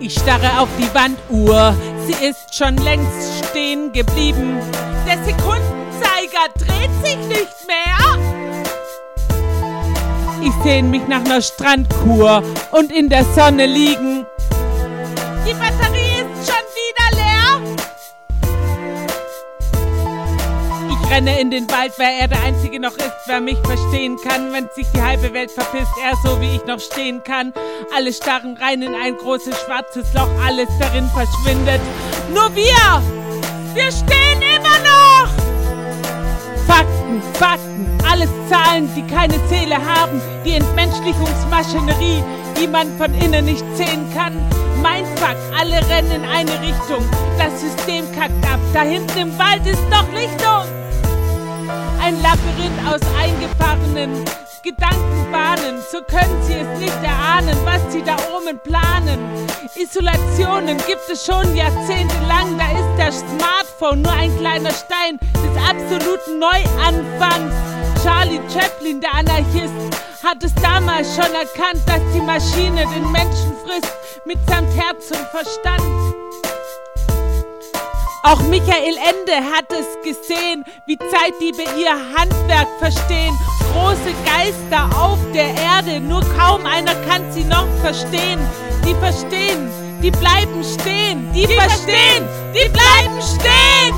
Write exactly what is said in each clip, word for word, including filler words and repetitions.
Ich starre auf die Wanduhr, sie ist schon längst stehen geblieben. Der Sekundenzeiger dreht sich nicht mehr. Ich sehne mich nach einer Strandkur und in der Sonne liegen. Die Batterie ist schon wieder leer. Ich renne in den Wald, weil er der Einzige noch ist, wer mich verstehen kann. Wenn sich die halbe Welt verpisst, er so wie ich noch stehen kann. Alle starren rein in ein großes schwarzes Loch, alles darin verschwindet. Nur wir, wir stehen immer noch. Fakten, Fakten, alles Zahlen, die keine Seele haben. Die Entmenschlichungsmaschinerie, die man von innen nicht sehen kann. Mein Fakt, alle rennen in eine Richtung. Das System kackt ab, da hinten im Wald ist doch Lichtung. Ein Labyrinth aus eingefahrenen Gedankenbahnen. So können sie es nicht erahnen, was sie da oben planen. Isolationen gibt es schon jahrzehntelang. Da ist das Smartphone nur ein kleiner Stein des absoluten Neuanfangs. Charlie Chaplin, der Anarchist, hat es damals schon erkannt, dass die Maschine den Menschen frisst, mitsamt Herz und Verstand. Auch Michael Ende hat es gesehen, wie Zeitdiebe ihr Handwerk verstehen. Große Geister auf der Erde, nur kaum einer kann sie noch verstehen. Die verstehen, die bleiben stehen, die, die verstehen, die bleiben stehen.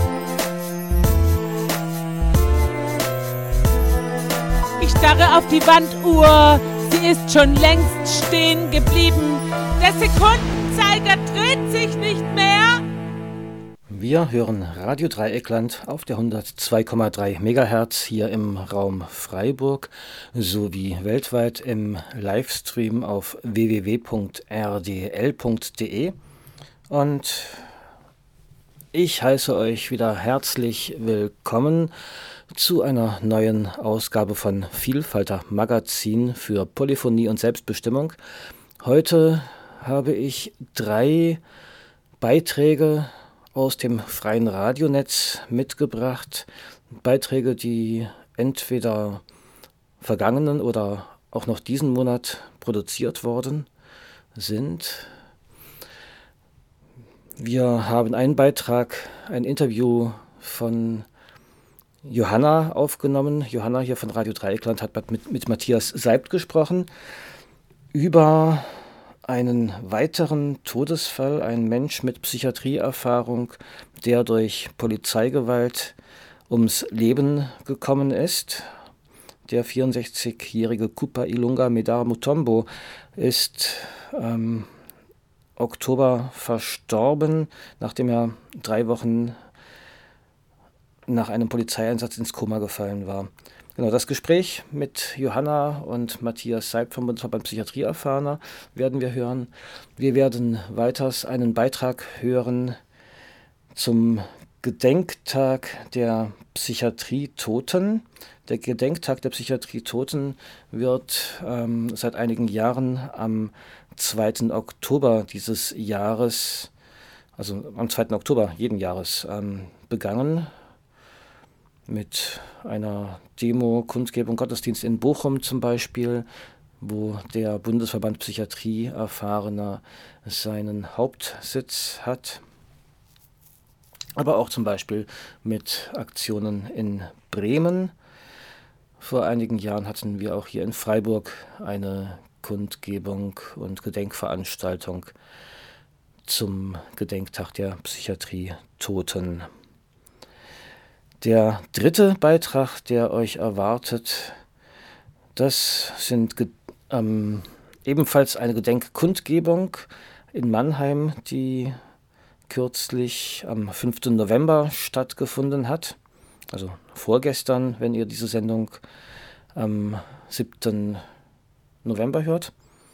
Ich starre auf die Wanduhr, sie ist schon längst stehen geblieben. Der Sekundenzeiger dreht sich nicht mehr. Wir hören Radio Dreieckland auf der hundertzwei Komma drei Megahertz hier im Raum Freiburg sowie weltweit im Livestream auf w w w punkt r d l punkt d e. Und ich heiße euch wieder herzlich willkommen zu einer neuen Ausgabe von Vielfalter Magazin für Polyphonie und Selbstbestimmung. Heute habe ich drei Beiträge aus dem freien Radionetz mitgebracht. Beiträge, die entweder vergangenen oder auch noch diesen Monat produziert worden sind. Wir haben einen Beitrag, ein Interview von Johanna aufgenommen. Johanna hier von Radio Dreieckland hat mit, mit Matthias Seibt gesprochen über einen weiteren Todesfall, ein Mensch mit Psychiatrieerfahrung, der durch Polizeigewalt ums Leben gekommen ist. Der vierundsechzigjährige Kupa Ilunga Medar Mutombo ist ähm, Oktober verstorben, nachdem er drei Wochen nach einem Polizeieinsatz ins Koma gefallen war. Genau, das Gespräch mit Johanna und Matthias Seibt vom Bundesverband Psychiatrieerfahrener werden wir hören. Wir werden weiters einen Beitrag hören zum Gedenktag der Psychiatrietoten. Der Gedenktag der Psychiatrietoten wird ähm, seit einigen Jahren am zweiten Oktober dieses Jahres, also am zweiten Oktober jeden Jahres, ähm, begangen. Mit einer Demo, Kundgebung, Gottesdienst in Bochum zum Beispiel, wo der Bundesverband Psychiatrieerfahrener seinen Hauptsitz hat. Aber auch zum Beispiel mit Aktionen in Bremen. Vor einigen Jahren hatten wir auch hier in Freiburg eine Kundgebung und Gedenkveranstaltung zum Gedenktag der Psychiatrietoten. Der dritte Beitrag, der euch erwartet, das sind ge- ähm, ebenfalls eine Gedenkkundgebung in Mannheim, die kürzlich am fünften November stattgefunden hat. Also vorgestern, wenn ihr diese Sendung am siebten November hört.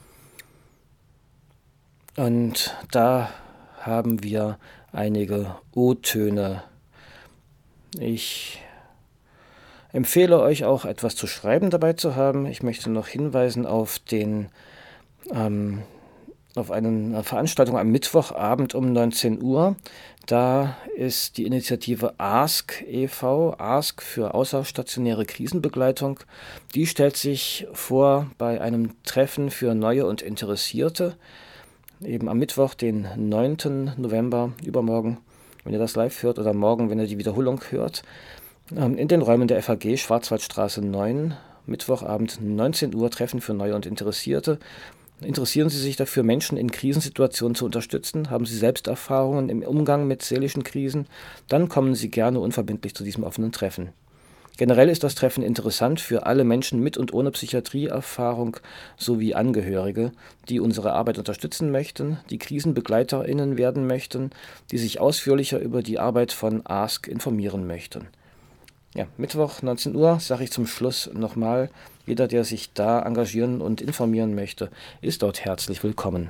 Und da haben wir einige O-Töne. Ich empfehle euch auch, etwas zu schreiben dabei zu haben. Ich möchte noch hinweisen auf den ähm, auf eine Veranstaltung am Mittwochabend um neunzehn Uhr. Da ist die Initiative Ask e V, Ask für außerstationäre Krisenbegleitung. Die stellt sich vor bei einem Treffen für Neue und Interessierte. eben am Mittwoch, den neunten November, übermorgen, wenn ihr das live hört, oder morgen, wenn ihr die Wiederholung hört, in den Räumen der F A G, Schwarzwaldstraße neun, Mittwochabend neunzehn Uhr, Treffen für Neue und Interessierte. Interessieren Sie sich dafür, Menschen in Krisensituationen zu unterstützen? Haben Sie selbst Erfahrungen im Umgang mit seelischen Krisen? Dann kommen Sie gerne unverbindlich zu diesem offenen Treffen. Generell ist das Treffen interessant für alle Menschen mit und ohne Psychiatrieerfahrung sowie Angehörige, die unsere Arbeit unterstützen möchten, die KrisenbegleiterInnen werden möchten, die sich ausführlicher über die Arbeit von Ask informieren möchten. Ja, Mittwoch, neunzehn Uhr, sage ich zum Schluss nochmal, jeder, der sich da engagieren und informieren möchte, ist dort herzlich willkommen.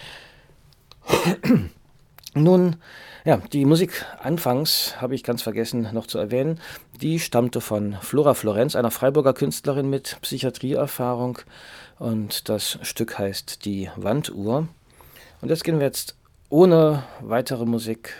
Nun, ja, die Musik anfangs, habe ich ganz vergessen noch zu erwähnen, die stammte von Flora Florenz, einer Freiburger Künstlerin mit Psychiatrieerfahrung, und das Stück heißt Die Wanduhr. Und jetzt gehen wir jetzt ohne weitere Musik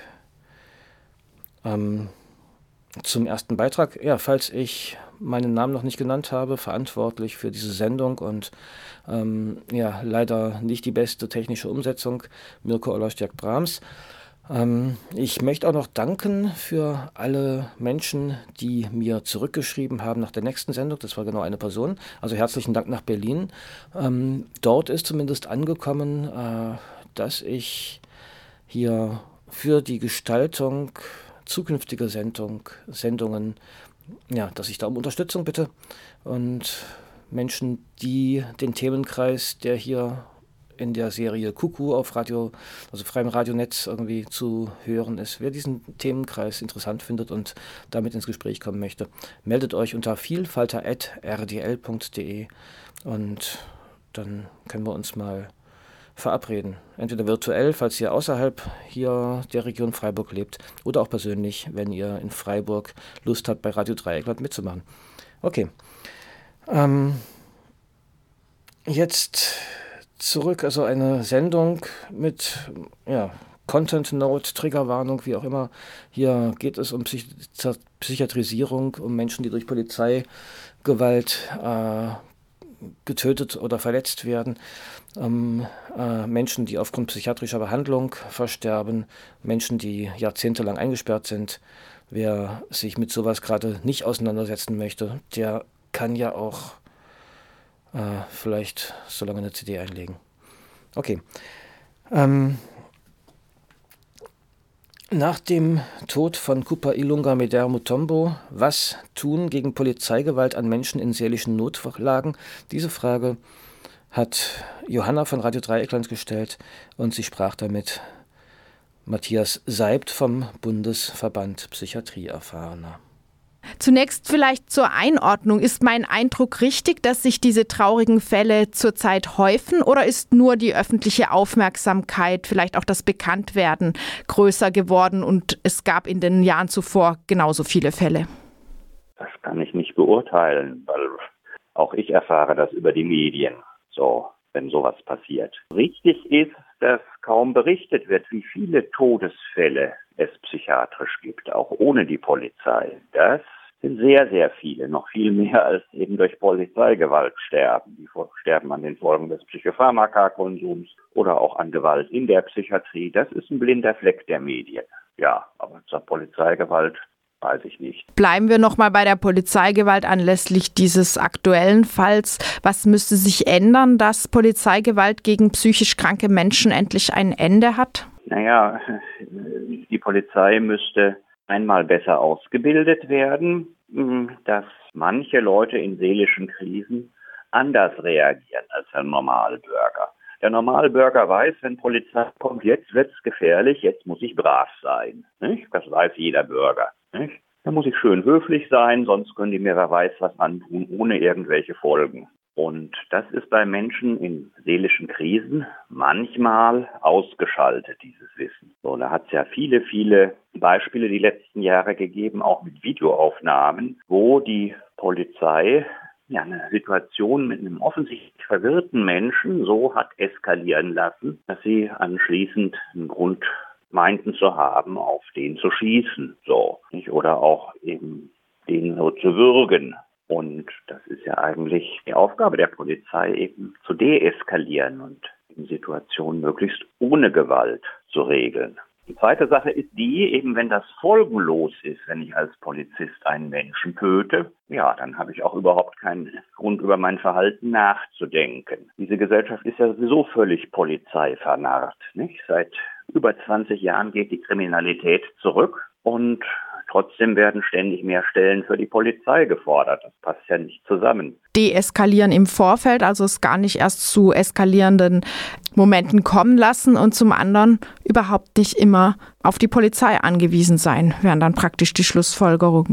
ähm, zum ersten Beitrag. Ja, falls ich meinen Namen noch nicht genannt habe, verantwortlich für diese Sendung und ähm, ja, leider nicht die beste technische Umsetzung, Mirko Olojstjak-Brahms. Ähm, ich möchte auch noch danken für alle Menschen, die mir zurückgeschrieben haben nach der nächsten Sendung. Das war genau eine Person. Also herzlichen Dank nach Berlin. Ähm, dort ist zumindest angekommen, äh, dass ich hier für die Gestaltung zukünftige Sendung, Sendungen, ja, dass ich da um Unterstützung bitte, und Menschen, die den Themenkreis, der hier in der Serie Kuckuck auf Radio, also freiem Radionetz irgendwie zu hören ist, wer diesen Themenkreis interessant findet und damit ins Gespräch kommen möchte, meldet euch unter vielfalter at r d l punkt d e und dann können wir uns mal verabreden. Entweder virtuell, falls ihr außerhalb hier der Region Freiburg lebt, oder auch persönlich, wenn ihr in Freiburg Lust habt, bei Radio Dreieckland mitzumachen. Okay. Ähm, jetzt zurück, also eine Sendung mit ja, Content Note, Triggerwarnung, wie auch immer. Hier geht es um Psych- Psychiatrisierung, um Menschen, die durch Polizeigewalt äh, getötet oder verletzt werden, ähm, äh, Menschen, die aufgrund psychiatrischer Behandlung versterben, Menschen, die jahrzehntelang eingesperrt sind. Wer sich mit sowas gerade nicht auseinandersetzen möchte, der kann ja auch äh, vielleicht so lange eine C D einlegen. Okay. Ähm, Nach dem Tod von Kupa Ilunga Meder Mutombo, was tun gegen Polizeigewalt an Menschen in seelischen Notlagen? Diese Frage hat Johanna von Radio Dreieckland gestellt und sie sprach damit Matthias Seibt vom Bundesverband Psychiatrieerfahrener. Zunächst vielleicht zur Einordnung. Ist mein Eindruck richtig, dass sich diese traurigen Fälle zurzeit häufen, oder ist nur die öffentliche Aufmerksamkeit, vielleicht auch das Bekanntwerden größer geworden und es gab in den Jahren zuvor genauso viele Fälle? Das kann ich nicht beurteilen, weil auch ich erfahre das über die Medien, so, wenn sowas passiert. Richtig ist, dass kaum berichtet wird, wie viele Todesfälle es psychiatrisch gibt, auch ohne die Polizei. Das sind sehr, sehr viele, noch viel mehr als eben durch Polizeigewalt sterben. Die sterben an den Folgen des Psychopharmaka-Konsums oder auch an Gewalt in der Psychiatrie. Das ist ein blinder Fleck der Medien. Ja, aber zur Polizeigewalt weiß ich nicht. Bleiben wir nochmal bei der Polizeigewalt anlässlich dieses aktuellen Falls. Was müsste sich ändern, dass Polizeigewalt gegen psychisch kranke Menschen endlich ein Ende hat? Naja, die Polizei müsste einmal besser ausgebildet werden, dass manche Leute in seelischen Krisen anders reagieren als der Normalbürger. Der Normalbürger weiß, wenn Polizei kommt, jetzt wird's gefährlich, jetzt muss ich brav sein. Nicht? Das weiß jeder Bürger. Nicht? Da muss ich schön höflich sein, sonst können die mir wer weiß was antun, ohne irgendwelche Folgen. Und das ist bei Menschen in seelischen Krisen manchmal ausgeschaltet, dieses Wissen. So, da hat es ja viele, viele Beispiele die letzten Jahre gegeben, auch mit Videoaufnahmen, wo die Polizei ja eine Situation mit einem offensichtlich verwirrten Menschen so hat eskalieren lassen, dass sie anschließend einen Grund meinten zu haben, auf den zu schießen, so, nicht? Oder auch eben den so zu würgen. Und das ist ja eigentlich die Aufgabe der Polizei, eben zu deeskalieren und Situationen möglichst ohne Gewalt zu regeln. Die zweite Sache ist die, eben wenn das folgenlos ist, wenn ich als Polizist einen Menschen töte, ja, dann habe ich auch überhaupt keinen Grund, über mein Verhalten nachzudenken. Diese Gesellschaft ist ja sowieso völlig polizeivernarrt, nicht? Seit über zwanzig Jahren geht die Kriminalität zurück und trotzdem werden ständig mehr Stellen für die Polizei gefordert. Das passt ja nicht zusammen. Deeskalieren im Vorfeld, also es gar nicht erst zu eskalierenden Momenten kommen lassen und zum anderen überhaupt nicht immer auf die Polizei angewiesen sein, wären dann praktisch die Schlussfolgerungen.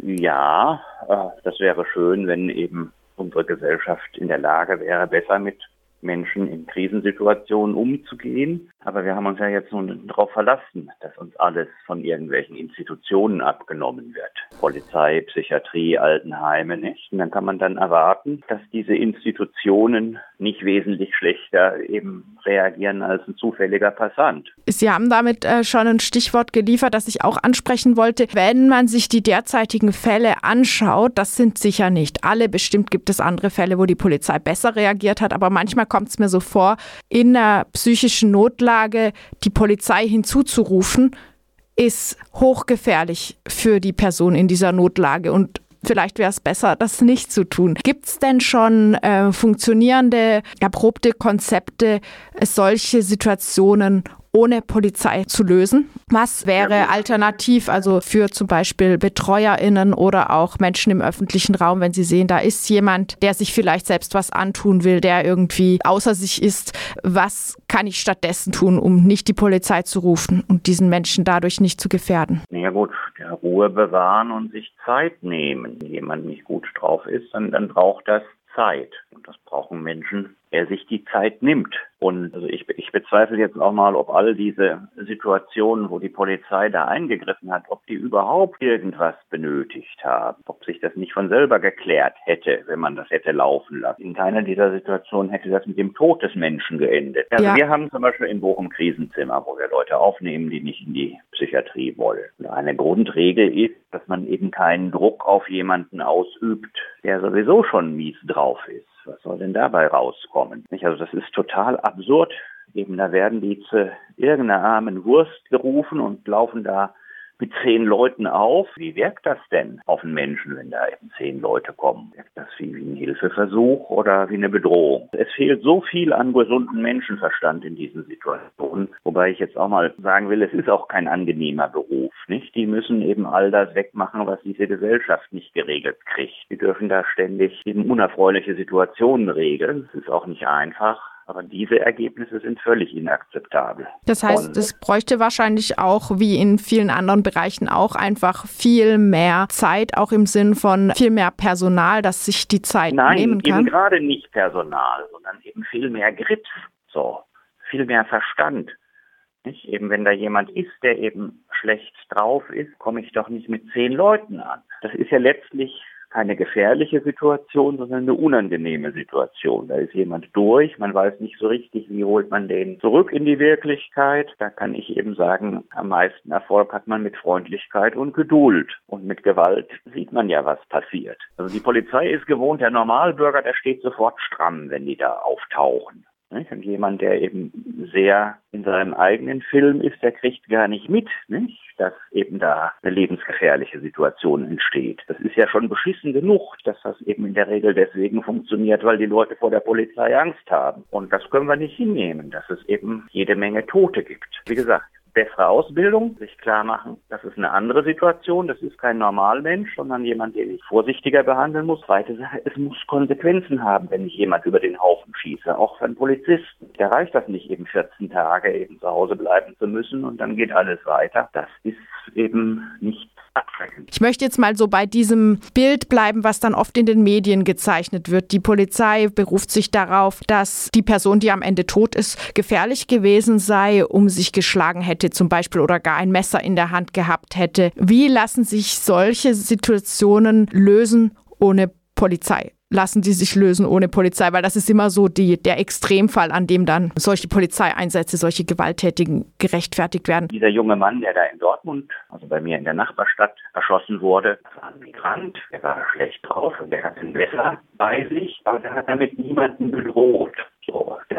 Ja, das wäre schön, wenn eben unsere Gesellschaft in der Lage wäre, besser mit Menschen in Krisensituationen umzugehen. Aber wir haben uns ja jetzt nun darauf verlassen, dass uns alles von irgendwelchen Institutionen abgenommen wird. Polizei, Psychiatrie, Altenheime, nicht? Und dann kann man dann erwarten, dass diese Institutionen nicht wesentlich schlechter eben reagieren als ein zufälliger Passant. Sie haben damit äh, schon ein Stichwort geliefert, das ich auch ansprechen wollte. Wenn man sich die derzeitigen Fälle anschaut, das sind sicher nicht alle. Bestimmt gibt es andere Fälle, wo die Polizei besser reagiert hat. Aber manchmal kommt es mir so vor, in einer psychischen Notlage die Polizei hinzuzurufen, ist hochgefährlich für die Person in dieser Notlage und vielleicht wäre es besser, das nicht zu tun. Gibt es denn schon äh, funktionierende, erprobte Konzepte, solche Situationen ohne Polizei zu lösen? Was wäre alternativ, also für zum Beispiel BetreuerInnen oder auch Menschen im öffentlichen Raum, wenn sie sehen, da ist jemand, der sich vielleicht selbst was antun will, der irgendwie außer sich ist. Was kann ich stattdessen tun, um nicht die Polizei zu rufen und diesen Menschen dadurch nicht zu gefährden? Ja gut, der Ruhe bewahren und sich Zeit nehmen. Wenn jemand nicht gut drauf ist, dann, dann braucht das Zeit. Und das brauchen Menschen, der sich die Zeit nimmt. Und also ich, ich bezweifle jetzt auch mal, ob all diese Situationen, wo die Polizei da eingegriffen hat, ob die überhaupt irgendwas benötigt haben. Ob sich das nicht von selber geklärt hätte, wenn man das hätte laufen lassen. In keiner dieser Situationen hätte das mit dem Tod des Menschen geendet. Also ja. Wir haben zum Beispiel in Bochum Krisenzimmer, wo wir Leute aufnehmen, die nicht in die Psychiatrie wollen. Und eine Grundregel ist, dass man eben keinen Druck auf jemanden ausübt, der sowieso schon mies drauf ist. Was soll denn dabei rauskommen? Nicht? Also das ist total absurd. Eben da werden die zu irgendeiner armen Wurst gerufen und laufen da mit zehn Leuten auf. Wie wirkt das denn auf einen Menschen, wenn da eben zehn Leute kommen? Wirkt das wie, wie ein Hilfeversuch oder wie eine Bedrohung? Es fehlt so viel an gesunden Menschenverstand in diesen Situationen. Wobei ich jetzt auch mal sagen will, es ist auch kein angenehmer Beruf, nicht? Die müssen eben all das wegmachen, was diese Gesellschaft nicht geregelt kriegt. Die dürfen da ständig eben unerfreuliche Situationen regeln. Es ist auch nicht einfach. Aber diese Ergebnisse sind völlig inakzeptabel. Das heißt, es bräuchte wahrscheinlich auch, wie in vielen anderen Bereichen auch, einfach viel mehr Zeit, auch im Sinn von viel mehr Personal, das sich die Zeit Nein, nehmen kann? Nein, eben gerade nicht Personal, sondern eben viel mehr Grips, so, viel mehr Verstand. Nicht? Eben wenn da jemand ist, der eben schlecht drauf ist, komme ich doch nicht mit zehn Leuten an. Das ist ja letztlich keine gefährliche Situation, sondern eine unangenehme Situation. Da ist jemand durch, man weiß nicht so richtig, wie holt man den zurück in die Wirklichkeit. Da kann ich eben sagen, am meisten Erfolg hat man mit Freundlichkeit und Geduld. Und mit Gewalt sieht man ja, was passiert. Also die Polizei ist gewohnt, der Normalbürger, der steht sofort stramm, wenn die da auftauchen. Und jemand, der eben sehr in seinem eigenen Film ist, der kriegt gar nicht mit, nicht, dass eben da eine lebensgefährliche Situation entsteht. Das ist ja schon beschissen genug, dass das eben in der Regel deswegen funktioniert, weil die Leute vor der Polizei Angst haben. Und das können wir nicht hinnehmen, dass es eben jede Menge Tote gibt. Wie gesagt, bessere Ausbildung, sich klar machen, das ist eine andere Situation, das ist kein Normalmensch, sondern jemand, den ich vorsichtiger behandeln muss. Zweite Sache, es muss Konsequenzen haben, wenn ich jemand über den Haufen schieße, auch für einen Polizisten. Da reicht das nicht, eben vierzehn Tage eben zu Hause bleiben zu müssen und dann geht alles weiter. Das ist eben nicht abschreckend. Ich möchte jetzt mal so bei diesem Bild bleiben, was dann oft in den Medien gezeichnet wird. Die Polizei beruft sich darauf, dass die Person, die am Ende tot ist, gefährlich gewesen sei, um sich geschlagen hätte zum Beispiel oder gar ein Messer in der Hand gehabt hätte. Wie lassen sich solche Situationen lösen ohne Polizei? Lassen die sich lösen ohne Polizei? Weil das ist immer so die, der Extremfall, an dem dann solche Polizeieinsätze, solche Gewalttätigen gerechtfertigt werden. Dieser junge Mann, der da in Dortmund, also bei mir in der Nachbarstadt, erschossen wurde, das war ein Migrant, der war schlecht drauf und der hatte ein Messer bei sich, aber der hat damit niemanden bedroht. So, der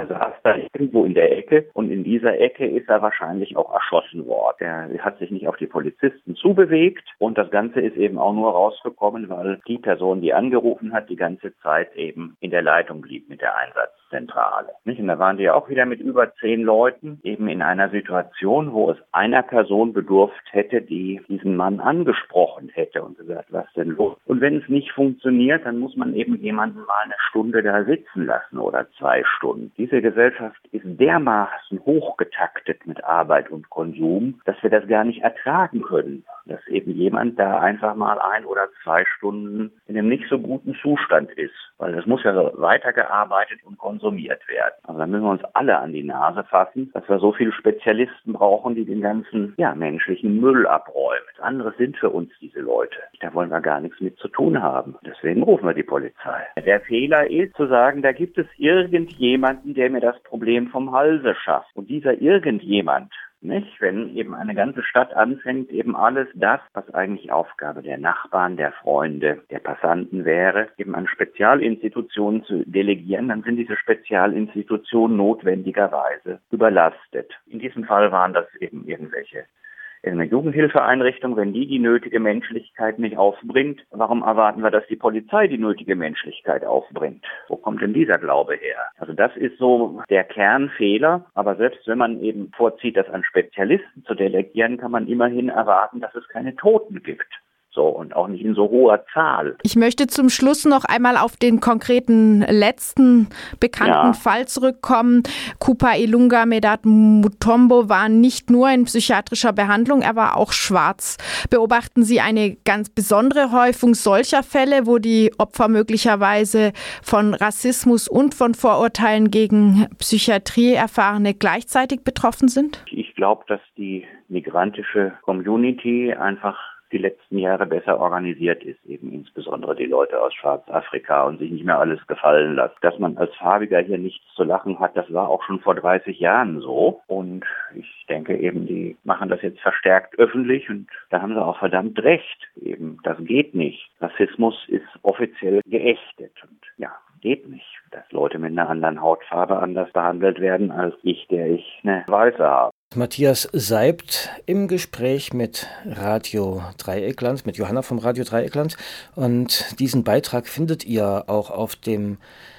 Er saß da irgendwo in der Ecke und in dieser Ecke ist er wahrscheinlich auch erschossen worden. Er hat sich nicht auf die Polizisten zubewegt und das Ganze ist eben auch nur rausgekommen, weil die Person, die angerufen hat, die ganze Zeit eben in der Leitung blieb mit der Einsatzzentrale. Nicht? Und da waren die auch wieder mit über zehn Leuten eben in einer Situation, wo es einer Person bedurft hätte, die diesen Mann angesprochen hätte und gesagt, was denn los? Und wenn es nicht funktioniert, dann muss man eben jemanden mal eine Stunde da sitzen lassen oder zwei Stunden. Diese Gesellschaft ist dermaßen hochgetaktet mit Arbeit und Konsum, dass wir das gar nicht ertragen können, dass eben jemand da einfach mal ein oder zwei Stunden in einem nicht so guten Zustand ist. Weil es muss ja weitergearbeitet und konsumiert werden. Also da müssen wir uns alle an die Nase fassen, dass wir so viele Spezialisten brauchen, die den ganzen ja, menschlichen Müll abräumen. Das andere sind für uns diese Leute. Da wollen wir gar nichts mit zu tun haben. Deswegen rufen wir die Polizei. Der Fehler ist zu sagen, da gibt es irgendjemanden, der mir das Problem vom Halse schafft. Und dieser irgendjemand, nicht? Wenn eben eine ganze Stadt anfängt, eben alles das, was eigentlich Aufgabe der Nachbarn, der Freunde, der Passanten wäre, eben an Spezialinstitutionen zu delegieren, dann sind diese Spezialinstitutionen notwendigerweise überlastet. In diesem Fall waren das eben irgendwelche eine Jugendhilfeeinrichtung, wenn die die nötige Menschlichkeit nicht aufbringt, warum erwarten wir, dass die Polizei die nötige Menschlichkeit aufbringt? Wo kommt denn dieser Glaube her? Also das ist so der Kernfehler, aber selbst wenn man eben vorzieht, das an Spezialisten zu delegieren, kann man immerhin erwarten, dass es keine Toten gibt. So, und auch nicht in so hoher Zahl. Ich möchte zum Schluss noch einmal auf den konkreten letzten bekannten ja. Fall zurückkommen. Cooper Ilunga Medad Mutombo war nicht nur in psychiatrischer Behandlung, er war auch schwarz. Beobachten Sie eine ganz besondere Häufung solcher Fälle, wo die Opfer möglicherweise von Rassismus und von Vorurteilen gegen Psychiatrieerfahrene gleichzeitig betroffen sind? Ich glaube, dass die migrantische Community einfach die letzten Jahre besser organisiert ist, eben insbesondere die Leute aus Schwarzafrika und sich nicht mehr alles gefallen lässt. Dass man als Farbiger hier nichts zu lachen hat, das war auch schon vor dreißig Jahren so. Und ich denke eben, die machen das jetzt verstärkt öffentlich und da haben sie auch verdammt recht. Eben, das geht nicht. Rassismus ist offiziell geächtet und ja, geht nicht, dass Leute mit einer anderen Hautfarbe anders behandelt werden als ich, der ich eine Weiße habe. Matthias Seibt im Gespräch mit Radio Dreieckland, mit Johanna vom Radio Dreieckland. Und diesen Beitrag findet ihr auch auf dem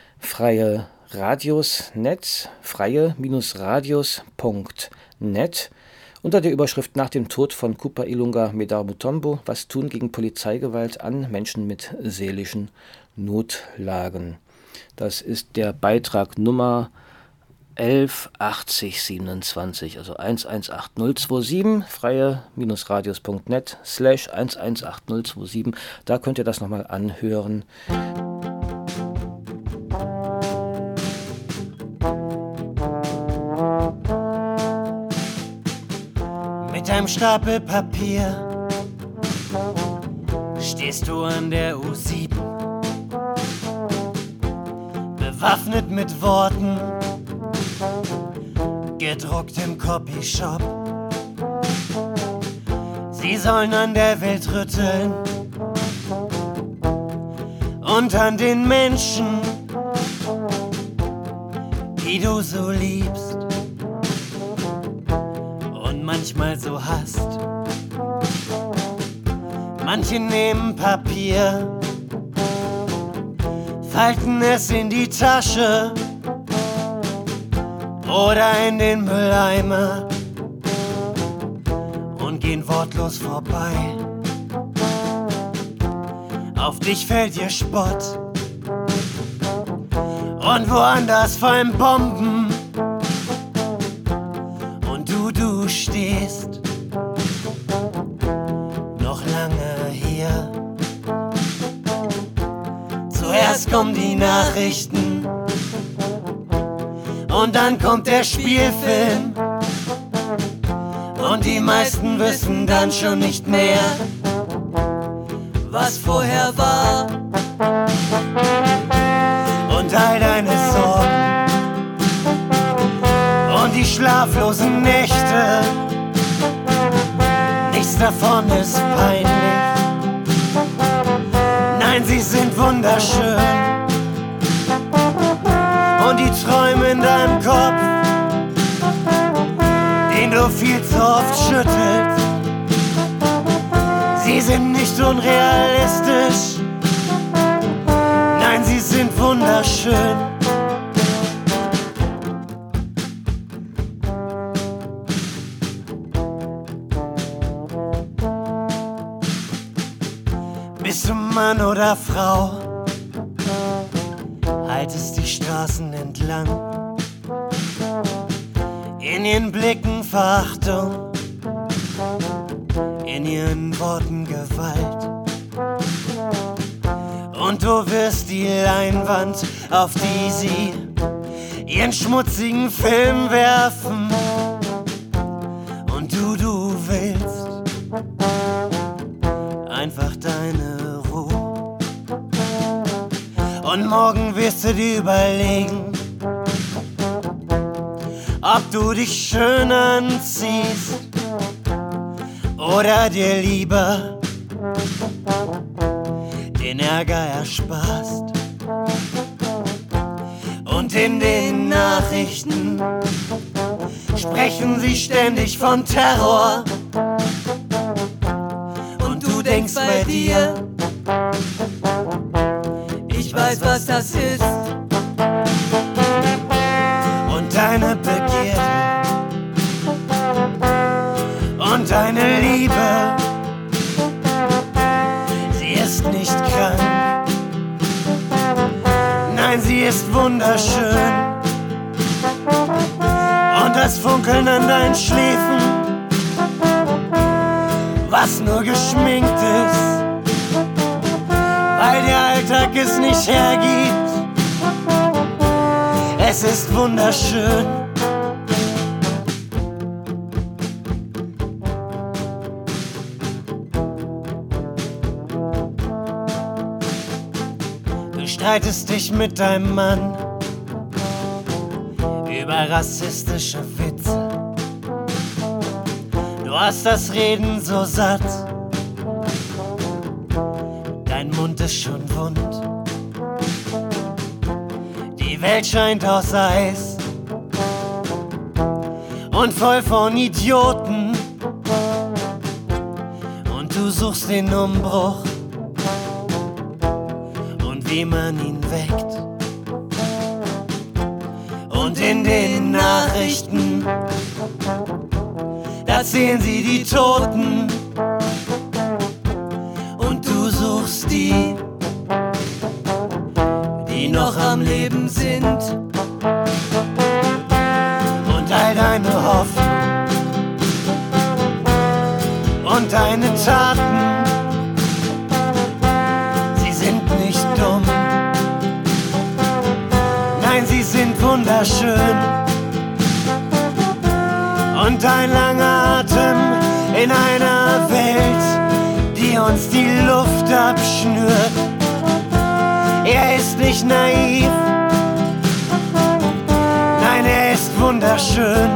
Freie Radios Netz, freie Radios Punkt net, unter der Überschrift nach dem Tod von Cooper Ilunga Medad Mutombo, was tun gegen Polizeigewalt an Menschen mit seelischen Notlagen. Das ist der Beitrag Nummer elf achtzig siebenundzwanzig, also eins eins acht null zwei sieben, freie Radios Punkt net slash eins eins acht null zwei sieben. Da könnt ihr das nochmal anhören. Mit einem Stapel Papier stehst du an der U sieben, bewaffnet mit Worten, gedruckt im Copyshop. Sie sollen an der Welt rütteln und an den Menschen, die du so liebst und manchmal so hasst. Manche nehmen Papier, falten es in die Tasche oder in den Mülleimer und gehen wortlos vorbei. Auf dich fällt ihr Spott und woanders fallen Bomben und du, du stehst noch lange hier. Zuerst kommen die Nachrichten und dann kommt der Spielfilm und die meisten wissen dann schon nicht mehr, was vorher war. Und all deine Sorgen und die schlaflosen Nächte, nichts davon ist peinlich. Nein, sie sind wunderschön und die Träume in deinem Kopf, den du viel zu oft schüttelst. Sie sind nicht unrealistisch, nein, sie sind wunderschön. Bist du Mann oder Frau, haltest die Straßen entlang, in ihren Blicken Verachtung, in ihren Worten Gewalt. Und du wirst die Leinwand, auf die sie ihren schmutzigen Film werfen. Und du, du willst einfach deine Ruhe. Und morgen wirst du dir überlegen, ob du dich schön anziehst oder dir lieber den Ärger ersparst. Und in den Nachrichten sprechen sie ständig von Terror. Und du denkst bei dir, ich weiß, was das ist. Und deine Begierde und deine Liebe, sie ist nicht krank, nein, sie ist wunderschön. Und das Funkeln an deinen Schläfen, was nur geschminkt ist, weil der Alltag es nicht hergibt, es ist wunderschön. Du streitest dich mit deinem Mann über rassistische Witze. Du hast das Reden so satt, dein Mund ist schon wund. Die Welt scheint aus Eis und voll von Idioten. Und du suchst den Umbruch und wie man ihn weckt. Und in den Nachrichten, da sehen sie die Toten. Und du suchst die, die noch am Leben sind. Und all deine Hoffnung und deine Taten, sie sind nicht dumm, nein, sie sind wunderschön. Und ein langer Atem in einer Welt, die uns die Luft abschnürt. Er ist nicht naiv, nein, er ist wunderschön.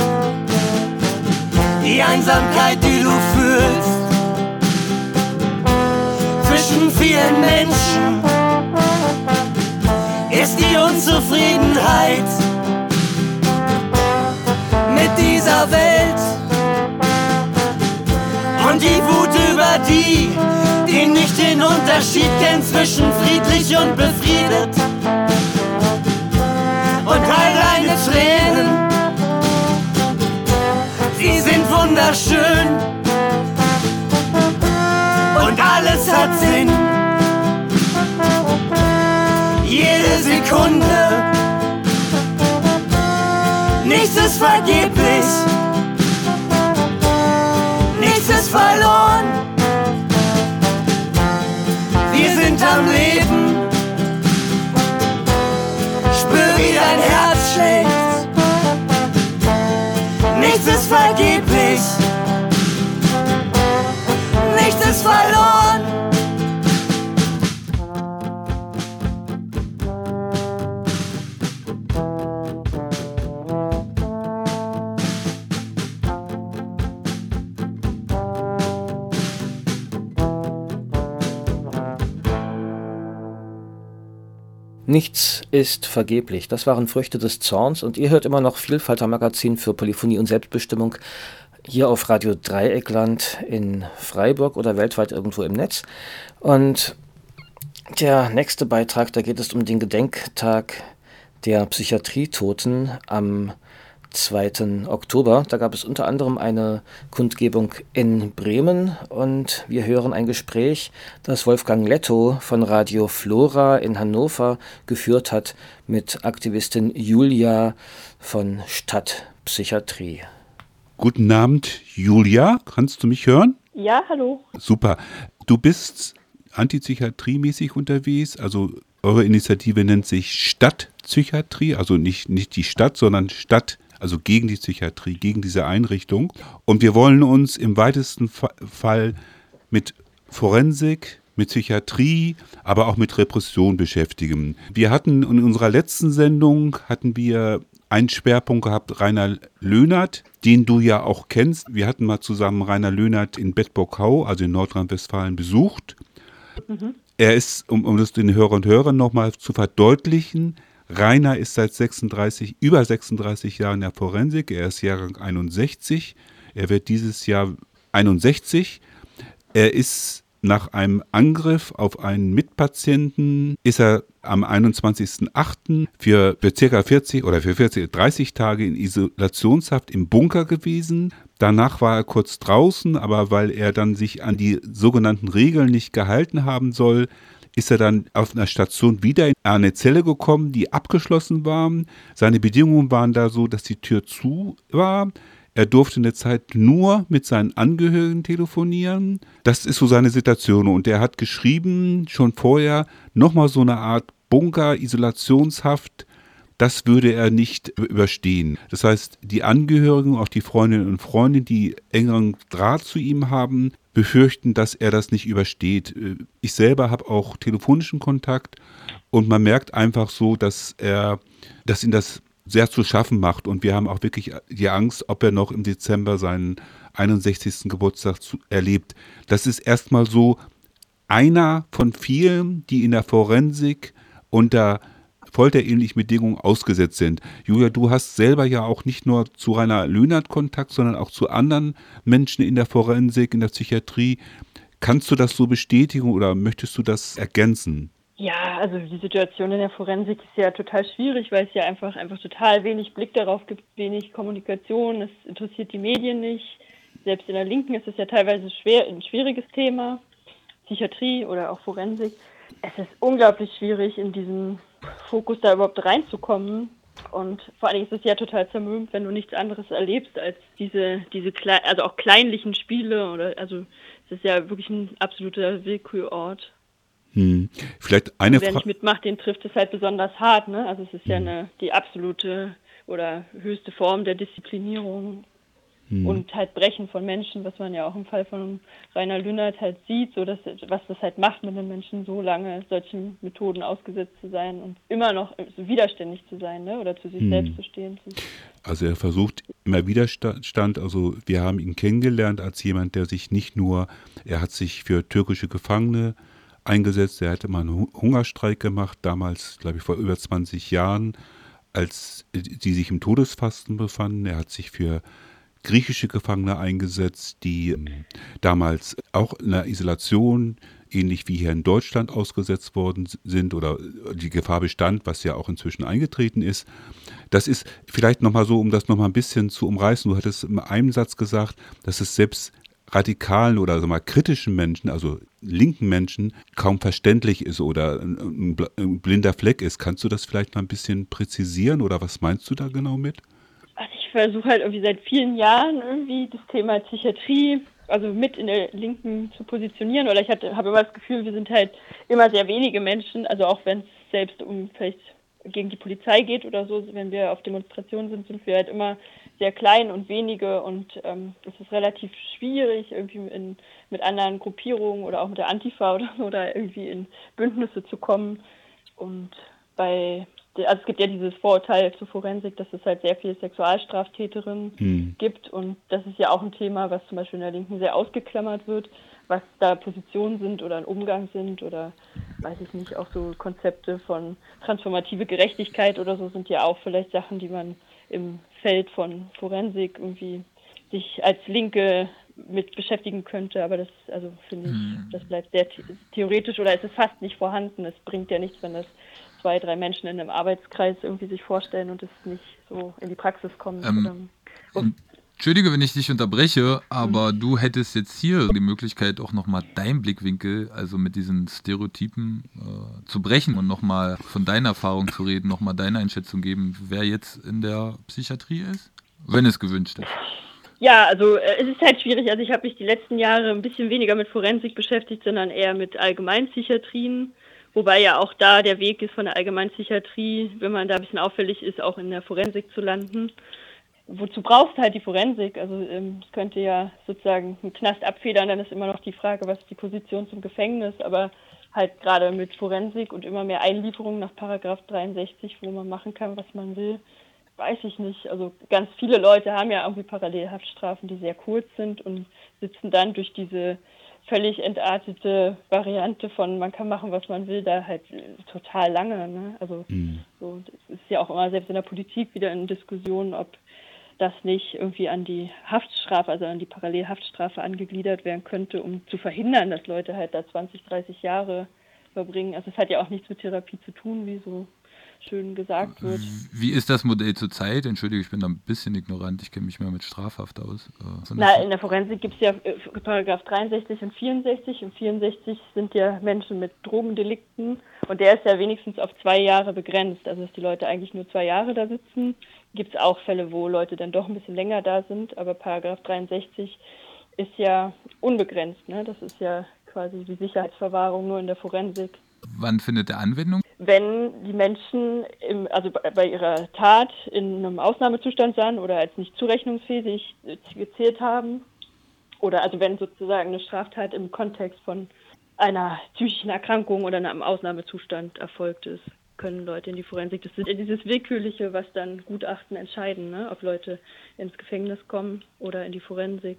Die Einsamkeit, die du fühlst zwischen vielen Menschen, ist die Unzufriedenheit mit dieser Welt. Und die Wut über die, die nicht den Unterschied kennen zwischen friedlich und befriedet. Und all deine Tränen, sie sind wunderschön. Und alles hat Sinn, jede Sekunde, nichts ist vergeblich, nichts ist verloren. Wir sind am Leben, spür wie dein Herz schlägt. Nichts ist vergeblich, nichts ist verloren. Nichts ist vergeblich. Das waren Früchte des Zorns und ihr hört immer noch Vielfalter-Magazin für Polyphonie und Selbstbestimmung hier auf Radio Dreieckland in Freiburg oder weltweit irgendwo im Netz. Und der nächste Beitrag, da geht es um den Gedenktag der Psychiatrietoten am zweiten Oktober. Da gab es unter anderem eine Kundgebung in Bremen und wir hören ein Gespräch, das Wolfgang Lettow von Radio Flora in Hannover geführt hat mit Aktivistin Julia von Stadtpsychiatrie. Guten Abend, Julia. Kannst du mich hören? Ja, hallo. Super. Du bist antipsychiatriemäßig unterwegs, also eure Initiative nennt sich Stadtpsychiatrie, also nicht, nicht die Stadt, sondern Stadt, also gegen die Psychiatrie, gegen diese Einrichtung. Und wir wollen uns im weitesten Fall mit Forensik, mit Psychiatrie, aber auch mit Repression beschäftigen. Wir hatten in unserer letzten Sendung, hatten wir einen Schwerpunkt gehabt, Rainer Löhnert, den du ja auch kennst. Wir hatten mal zusammen Rainer Löhnert in Bedburg-Hau, also in Nordrhein-Westfalen, besucht. Mhm. Er ist, um, um das den Hörern und Hörern nochmal zu verdeutlichen, Rainer ist seit sechsunddreißig, über sechsunddreißig Jahren in der Forensik. Er ist Jahrgang einundsechzig. Er wird dieses Jahr einundsechzig. Er ist nach einem Angriff auf einen Mitpatienten, ist er am einundzwanzigsten achten für, für circa vierzig oder für vierzig, dreißig Tage in Isolationshaft im Bunker gewesen. Danach war er kurz draußen, aber weil er dann sich an die sogenannten Regeln nicht gehalten haben soll, ist er dann auf einer Station wieder in eine Zelle gekommen, die abgeschlossen war. Seine Bedingungen waren da so, dass die Tür zu war. Er durfte eine Zeit nur mit seinen Angehörigen telefonieren. Das ist so seine Situation. Und er hat geschrieben, schon vorher, nochmal so eine Art Bunker, Isolationshaft, das würde er nicht überstehen. Das heißt, die Angehörigen, auch die Freundinnen und Freunde, die engeren Draht zu ihm haben, befürchten, dass er das nicht übersteht. Ich selber habe auch telefonischen Kontakt und man merkt einfach so, dass er, dass ihn das sehr zu schaffen macht und wir haben auch wirklich die Angst, ob er noch im Dezember seinen einundsechzigsten Geburtstag zu, erlebt. Das ist erstmal so einer von vielen, die in der Forensik unter folterähnlichen Bedingungen ausgesetzt sind. Julia, du hast selber ja auch nicht nur zu Rainer Löhnert Kontakt, sondern auch zu anderen Menschen in der Forensik, in der Psychiatrie. Kannst du das so bestätigen oder möchtest du das ergänzen? Ja, also die Situation in der Forensik ist ja total schwierig, weil es ja einfach, einfach total wenig Blick darauf gibt, wenig Kommunikation, es interessiert die Medien nicht. Selbst in der Linken ist es ja teilweise schwer, ein schwieriges Thema, Psychiatrie oder auch Forensik. Es ist unglaublich schwierig, in diesen Fokus da überhaupt reinzukommen. Und vor allen Dingen ist es ja total zermürbend, wenn du nichts anderes erlebst als diese, diese klein, also auch kleinlichen Spiele oder also es ist ja wirklich ein absoluter Willkürort. Hm. Vielleicht eine Frage. Wer nicht mitmacht, den trifft es halt besonders hart, ne? Also es ist hm. ja eine die absolute oder höchste Form der Disziplinierung. Hm. Und halt Brechen von Menschen, was man ja auch im Fall von Rainer Löhnert halt sieht, so dass was das halt macht mit den Menschen, so lange solchen Methoden ausgesetzt zu sein und immer noch so widerständig zu sein, ne? Oder zu sich hm. selbst zu stehen. Also er versucht immer Widerstand, also wir haben ihn kennengelernt als jemand, der sich nicht nur, er hat sich für türkische Gefangene eingesetzt, er hatte mal einen Hungerstreik gemacht, damals, glaube ich, vor über zwanzig Jahren, als die sich im Todesfasten befanden. Er hat sich für griechische Gefangene eingesetzt, die ähm, damals auch in der Isolation, ähnlich wie hier in Deutschland, ausgesetzt worden sind oder die Gefahr bestand, was ja auch inzwischen eingetreten ist. Das ist vielleicht nochmal so, um das nochmal ein bisschen zu umreißen. Du hattest in einem Satz gesagt, dass es selbst radikalen oder also mal kritischen Menschen, also linken Menschen, kaum verständlich ist oder ein, ein blinder Fleck ist. Kannst du das vielleicht mal ein bisschen präzisieren oder was meinst du da genau mit? Also ich versuche halt irgendwie seit vielen Jahren irgendwie das Thema Psychiatrie, also mit in der Linken zu positionieren. Oder ich hatte, habe immer das Gefühl, wir sind halt immer sehr wenige Menschen, also auch wenn es selbst um vielleicht gegen die Polizei geht oder so, wenn wir auf Demonstrationen sind, sind wir halt immer sehr klein und wenige und ähm, es ist relativ schwierig, irgendwie in, mit anderen Gruppierungen oder auch mit der Antifa oder so, oder irgendwie in Bündnisse zu kommen. Und bei Also es gibt ja dieses Vorurteil zur Forensik, dass es halt sehr viele Sexualstraftäterinnen hm. gibt und das ist ja auch ein Thema, was zum Beispiel in der Linken sehr ausgeklammert wird. was da Positionen sind oder ein Umgang sind oder weiß ich nicht, auch so Konzepte von transformative Gerechtigkeit oder so sind ja auch vielleicht Sachen, die man im Feld von Forensik irgendwie sich als Linke mit beschäftigen könnte, aber das, also finde ich, hm. das bleibt sehr theoretisch oder es ist fast nicht vorhanden. Es bringt ja nichts, wenn das zwei, drei Menschen in einem Arbeitskreis irgendwie sich vorstellen und es nicht so in die Praxis kommt. Ähm, und Entschuldige, wenn ich dich unterbreche, aber mhm. du hättest jetzt hier die Möglichkeit, auch nochmal deinen Blickwinkel, also mit diesen Stereotypen äh, zu brechen und nochmal von deiner Erfahrung zu reden, nochmal deine Einschätzung geben, wer jetzt in der Psychiatrie ist, wenn es gewünscht ist. Ja, also äh, es ist halt schwierig. Also ich habe mich die letzten Jahre ein bisschen weniger mit Forensik beschäftigt, sondern eher mit Allgemeinpsychiatrien. Wobei ja auch da der Weg ist von der Allgemeinpsychiatrie, wenn man da ein bisschen auffällig ist, auch in der Forensik zu landen. Wozu brauchst du halt die Forensik? Also es ähm, könnte ja sozusagen einen Knast abfedern, dann ist immer noch die Frage, was ist die Position zum Gefängnis, aber halt gerade mit Forensik und immer mehr Einlieferungen nach Paragraph dreiundsechzig, wo man machen kann, was man will, weiß ich nicht. Also ganz viele Leute haben ja irgendwie Parallelhaftstrafen, die sehr kurz sind und sitzen dann durch diese völlig entartete Variante von man kann machen, was man will, da halt total lange. Ne? Also mhm. so, das ist ja auch immer selbst in der Politik wieder in Diskussionen, ob das nicht irgendwie an die Haftstrafe, also an die Parallelhaftstrafe angegliedert werden könnte, um zu verhindern, dass Leute halt da zwanzig, dreißig Jahre verbringen. Also es hat ja auch nichts mit Therapie zu tun, wie so schön gesagt wird. Wie ist das Modell zurzeit? Entschuldige, ich bin da ein bisschen ignorant, ich kenne mich mehr mit Strafhaft aus. Na, in der Forensik gibt es ja Paragraph dreiundsechzig und vierundsechzig. Und vierundsechzig sind ja Menschen mit Drogendelikten und der ist ja wenigstens auf zwei Jahre begrenzt. Also dass die Leute eigentlich nur zwei Jahre da sitzen. Gibt es auch Fälle, wo Leute dann doch ein bisschen länger da sind, aber Paragraph dreiundsechzig ist ja unbegrenzt. Ne? Das ist ja quasi die Sicherheitsverwahrung nur in der Forensik. Wann findet der Anwendung? Wenn die Menschen im, also bei ihrer Tat in einem Ausnahmezustand sind oder als nicht zurechnungsfähig gezählt haben oder also wenn sozusagen eine Straftat im Kontext von einer psychischen Erkrankung oder einem Ausnahmezustand erfolgt ist, können Leute in die Forensik. Das ist dieses Willkürliche, was dann Gutachten entscheiden, ne? Ob Leute ins Gefängnis kommen oder in die Forensik.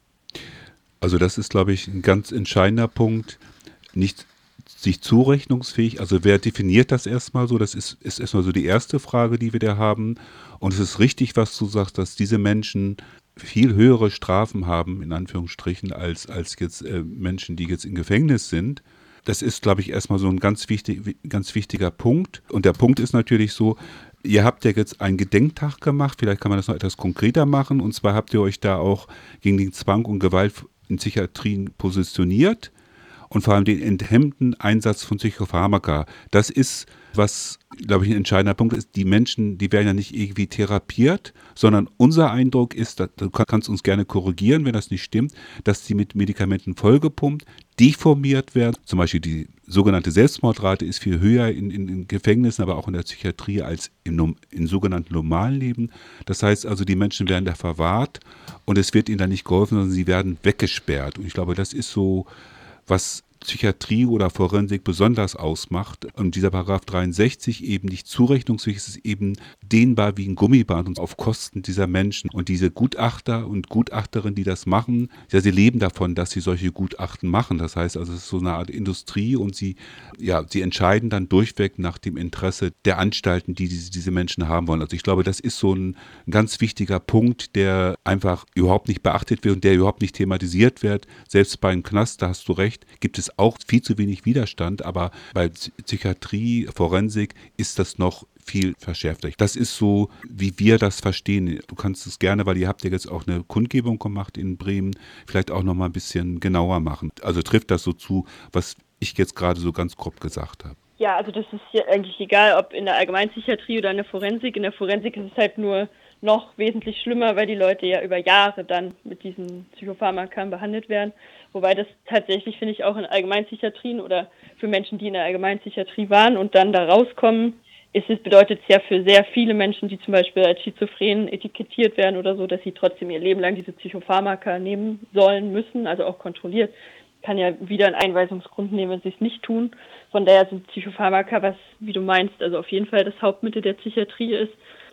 Also das ist, glaube ich, ein ganz entscheidender Punkt. Nicht sich zurechnungsfähig, also wer definiert das erstmal so? Das ist, ist erstmal so die erste Frage, die wir da haben. Und es ist richtig, was du sagst, dass diese Menschen viel höhere Strafen haben, in Anführungsstrichen, als, als jetzt äh, Menschen, die jetzt im Gefängnis sind. Das ist, glaube ich, erstmal so ein ganz, wichtig, ganz wichtiger Punkt. Und der Punkt ist natürlich so, ihr habt ja jetzt einen Gedenktag gemacht, vielleicht kann man das noch etwas konkreter machen. Und zwar habt ihr euch da auch gegen den Zwang und Gewalt in Psychiatrien positioniert. Und vor allem den enthemmten Einsatz von Psychopharmaka. Das ist, was, glaube ich, ein entscheidender Punkt ist. Die Menschen, die werden ja nicht irgendwie therapiert, sondern unser Eindruck ist, dass, du kannst uns gerne korrigieren, wenn das nicht stimmt, dass sie mit Medikamenten vollgepumpt, deformiert werden. Zum Beispiel die sogenannte Selbstmordrate ist viel höher in, in, in Gefängnissen, aber auch in der Psychiatrie als im, im sogenannten normalen Leben. Das heißt also, die Menschen werden da verwahrt und es wird ihnen dann nicht geholfen, sondern sie werden weggesperrt. Und ich glaube, das ist so, was Psychiatrie oder Forensik besonders ausmacht. Und dieser Paragraph dreiundsechzig eben nicht zurechnungsfähig ist, ist eben dehnbar wie ein Gummiband und auf Kosten dieser Menschen. Und diese Gutachter und Gutachterinnen, die das machen, ja, sie leben davon, dass sie solche Gutachten machen. Das heißt also, es ist so eine Art Industrie und sie, ja, sie entscheiden dann durchweg nach dem Interesse der Anstalten, die diese, diese Menschen haben wollen. Also ich glaube, das ist so ein, ein ganz wichtiger Punkt, der einfach überhaupt nicht beachtet wird und der überhaupt nicht thematisiert wird. Selbst beim Knast, da hast du recht, gibt es auch viel zu wenig Widerstand, aber bei Psychiatrie, Forensik ist das noch viel verschärfter. Das ist so, wie wir das verstehen. Du kannst es gerne, weil ihr habt ja jetzt auch eine Kundgebung gemacht in Bremen, vielleicht auch noch mal ein bisschen genauer machen. Also trifft das so zu, was ich jetzt gerade so ganz grob gesagt habe? Ja, also das ist ja eigentlich egal, ob in der Allgemeinpsychiatrie oder in der Forensik. In der Forensik ist es halt nur noch wesentlich schlimmer, weil die Leute ja über Jahre dann mit diesen Psychopharmakern behandelt werden. Wobei das tatsächlich, finde ich, auch in Allgemeinpsychiatrien oder für Menschen, die in der Allgemeinpsychiatrie waren und dann da rauskommen, ist es, bedeutet es ja für sehr viele Menschen, die zum Beispiel als schizophren etikettiert werden oder so, dass sie trotzdem ihr Leben lang diese Psychopharmaka nehmen sollen, müssen, also auch kontrolliert. Kann ja wieder einen Einweisungsgrund nehmen, wenn sie es nicht tun. Von daher sind Psychopharmaka, was, wie du meinst, also auf jeden Fall das Hauptmittel der Psychiatrie ist.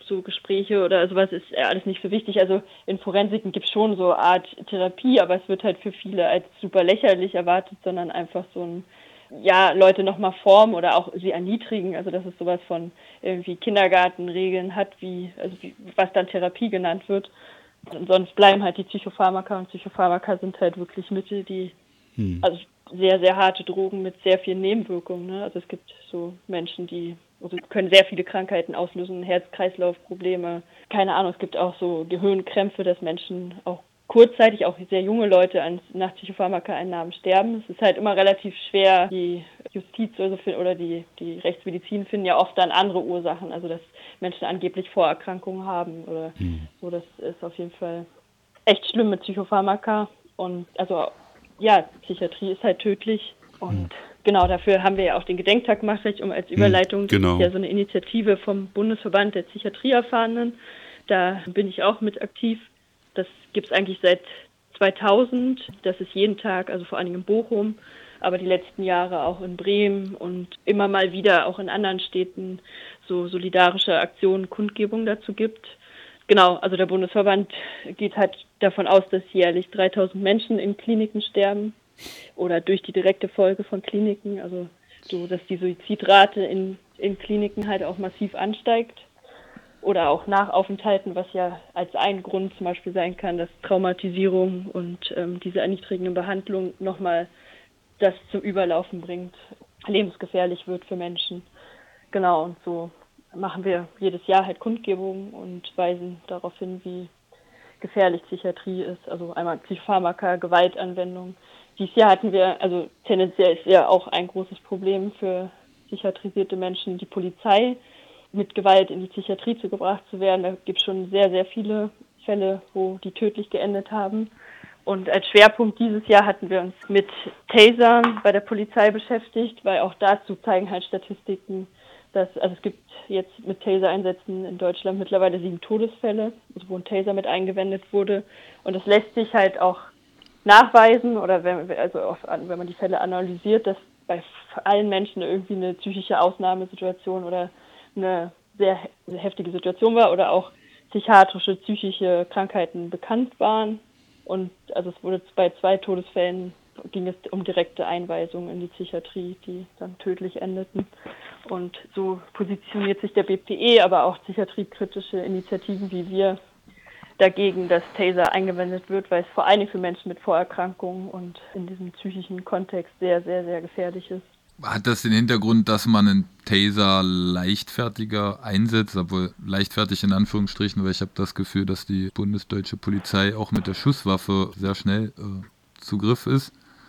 so Gespräche oder sowas ist alles nicht so wichtig. Also in Forensiken gibt es schon so eine Art Therapie, aber es wird halt für viele als super lächerlich erwartet, sondern einfach so ein, ja, Leute nochmal formen oder auch sie erniedrigen. Also dass es sowas von irgendwie Kindergartenregeln hat, wie, also wie, was dann Therapie genannt wird. Und sonst bleiben halt die Psychopharmaka und Psychopharmaka sind halt wirklich Mittel, die, hm. also sehr, sehr harte Drogen mit sehr vielen Nebenwirkungen. Ne? Also es gibt so Menschen, die also können sehr viele Krankheiten auslösen, Herz-Kreislauf-Probleme, keine Ahnung, es gibt auch so Gehirnkrämpfe, dass Menschen auch kurzzeitig, auch sehr junge Leute an, nach Psychopharmaka-Einnahmen sterben. Es ist halt immer relativ schwer, die Justiz oder, so, oder die, die Rechtsmedizin finden ja oft dann andere Ursachen, also dass Menschen angeblich Vorerkrankungen haben oder mhm. so, das ist auf jeden Fall echt schlimm mit Psychopharmaka und also ja, Psychiatrie ist halt tödlich und mhm. genau, dafür haben wir ja auch den Gedenktag gemacht, vielleicht um als Überleitung, genau. Das ist ja so eine Initiative vom Bundesverband der Psychiatrieerfahrenen, da bin ich auch mit aktiv. Das gibt es eigentlich seit zweitausend, das ist jeden Tag, also vor allem in Bochum, aber die letzten Jahre auch in Bremen und immer mal wieder auch in anderen Städten so solidarische Aktionen, Kundgebungen dazu gibt. Genau, also der Bundesverband geht halt davon aus, dass jährlich dreitausend Menschen in Kliniken sterben oder durch die direkte Folge von Kliniken, also so, dass die Suizidrate in, in Kliniken halt auch massiv ansteigt. Oder auch nach Aufenthalten, was ja als ein Grund zum Beispiel sein kann, dass Traumatisierung und ähm, diese erniedrigende Behandlung nochmal das zum Überlaufen bringt, lebensgefährlich wird für Menschen. Genau, und so machen wir jedes Jahr halt Kundgebungen und weisen darauf hin, wie gefährlich Psychiatrie ist. Also einmal Psychopharmaka, Gewaltanwendung. Dieses Jahr hatten wir, also tendenziell ist ja auch ein großes Problem für psychiatrisierte Menschen, die Polizei mit Gewalt in die Psychiatrie zu gebracht zu werden. Da gibt es schon sehr, sehr viele Fälle, wo die tödlich geendet haben. Und als Schwerpunkt dieses Jahr hatten wir uns mit Tasern bei der Polizei beschäftigt, weil auch dazu zeigen halt Statistiken, dass, also es gibt jetzt mit Taser-Einsätzen in Deutschland mittlerweile sieben Todesfälle, also wo ein Taser mit eingewendet wurde. Und das lässt sich halt auch nachweisen, oder wenn, also auch, wenn man die Fälle analysiert, dass bei allen Menschen irgendwie eine psychische Ausnahmesituation oder eine sehr heftige Situation war oder auch psychiatrische, psychische Krankheiten bekannt waren. Und also es wurde bei zwei Todesfällen ging es um direkte Einweisungen in die Psychiatrie, die dann tödlich endeten. Und so positioniert sich der B P E, aber auch psychiatriekritische Initiativen wie wir dagegen, dass Taser eingewendet wird, weil es vor allem für Menschen mit Vorerkrankungen und in diesem psychischen Kontext sehr, sehr, sehr gefährlich ist. Hat das den Hintergrund, dass man einen Taser leichtfertiger einsetzt, obwohl leichtfertig in Anführungsstrichen, weil ich habe das Gefühl, dass die bundesdeutsche Polizei auch mit der Schusswaffe sehr schnell äh, zu Griff ist?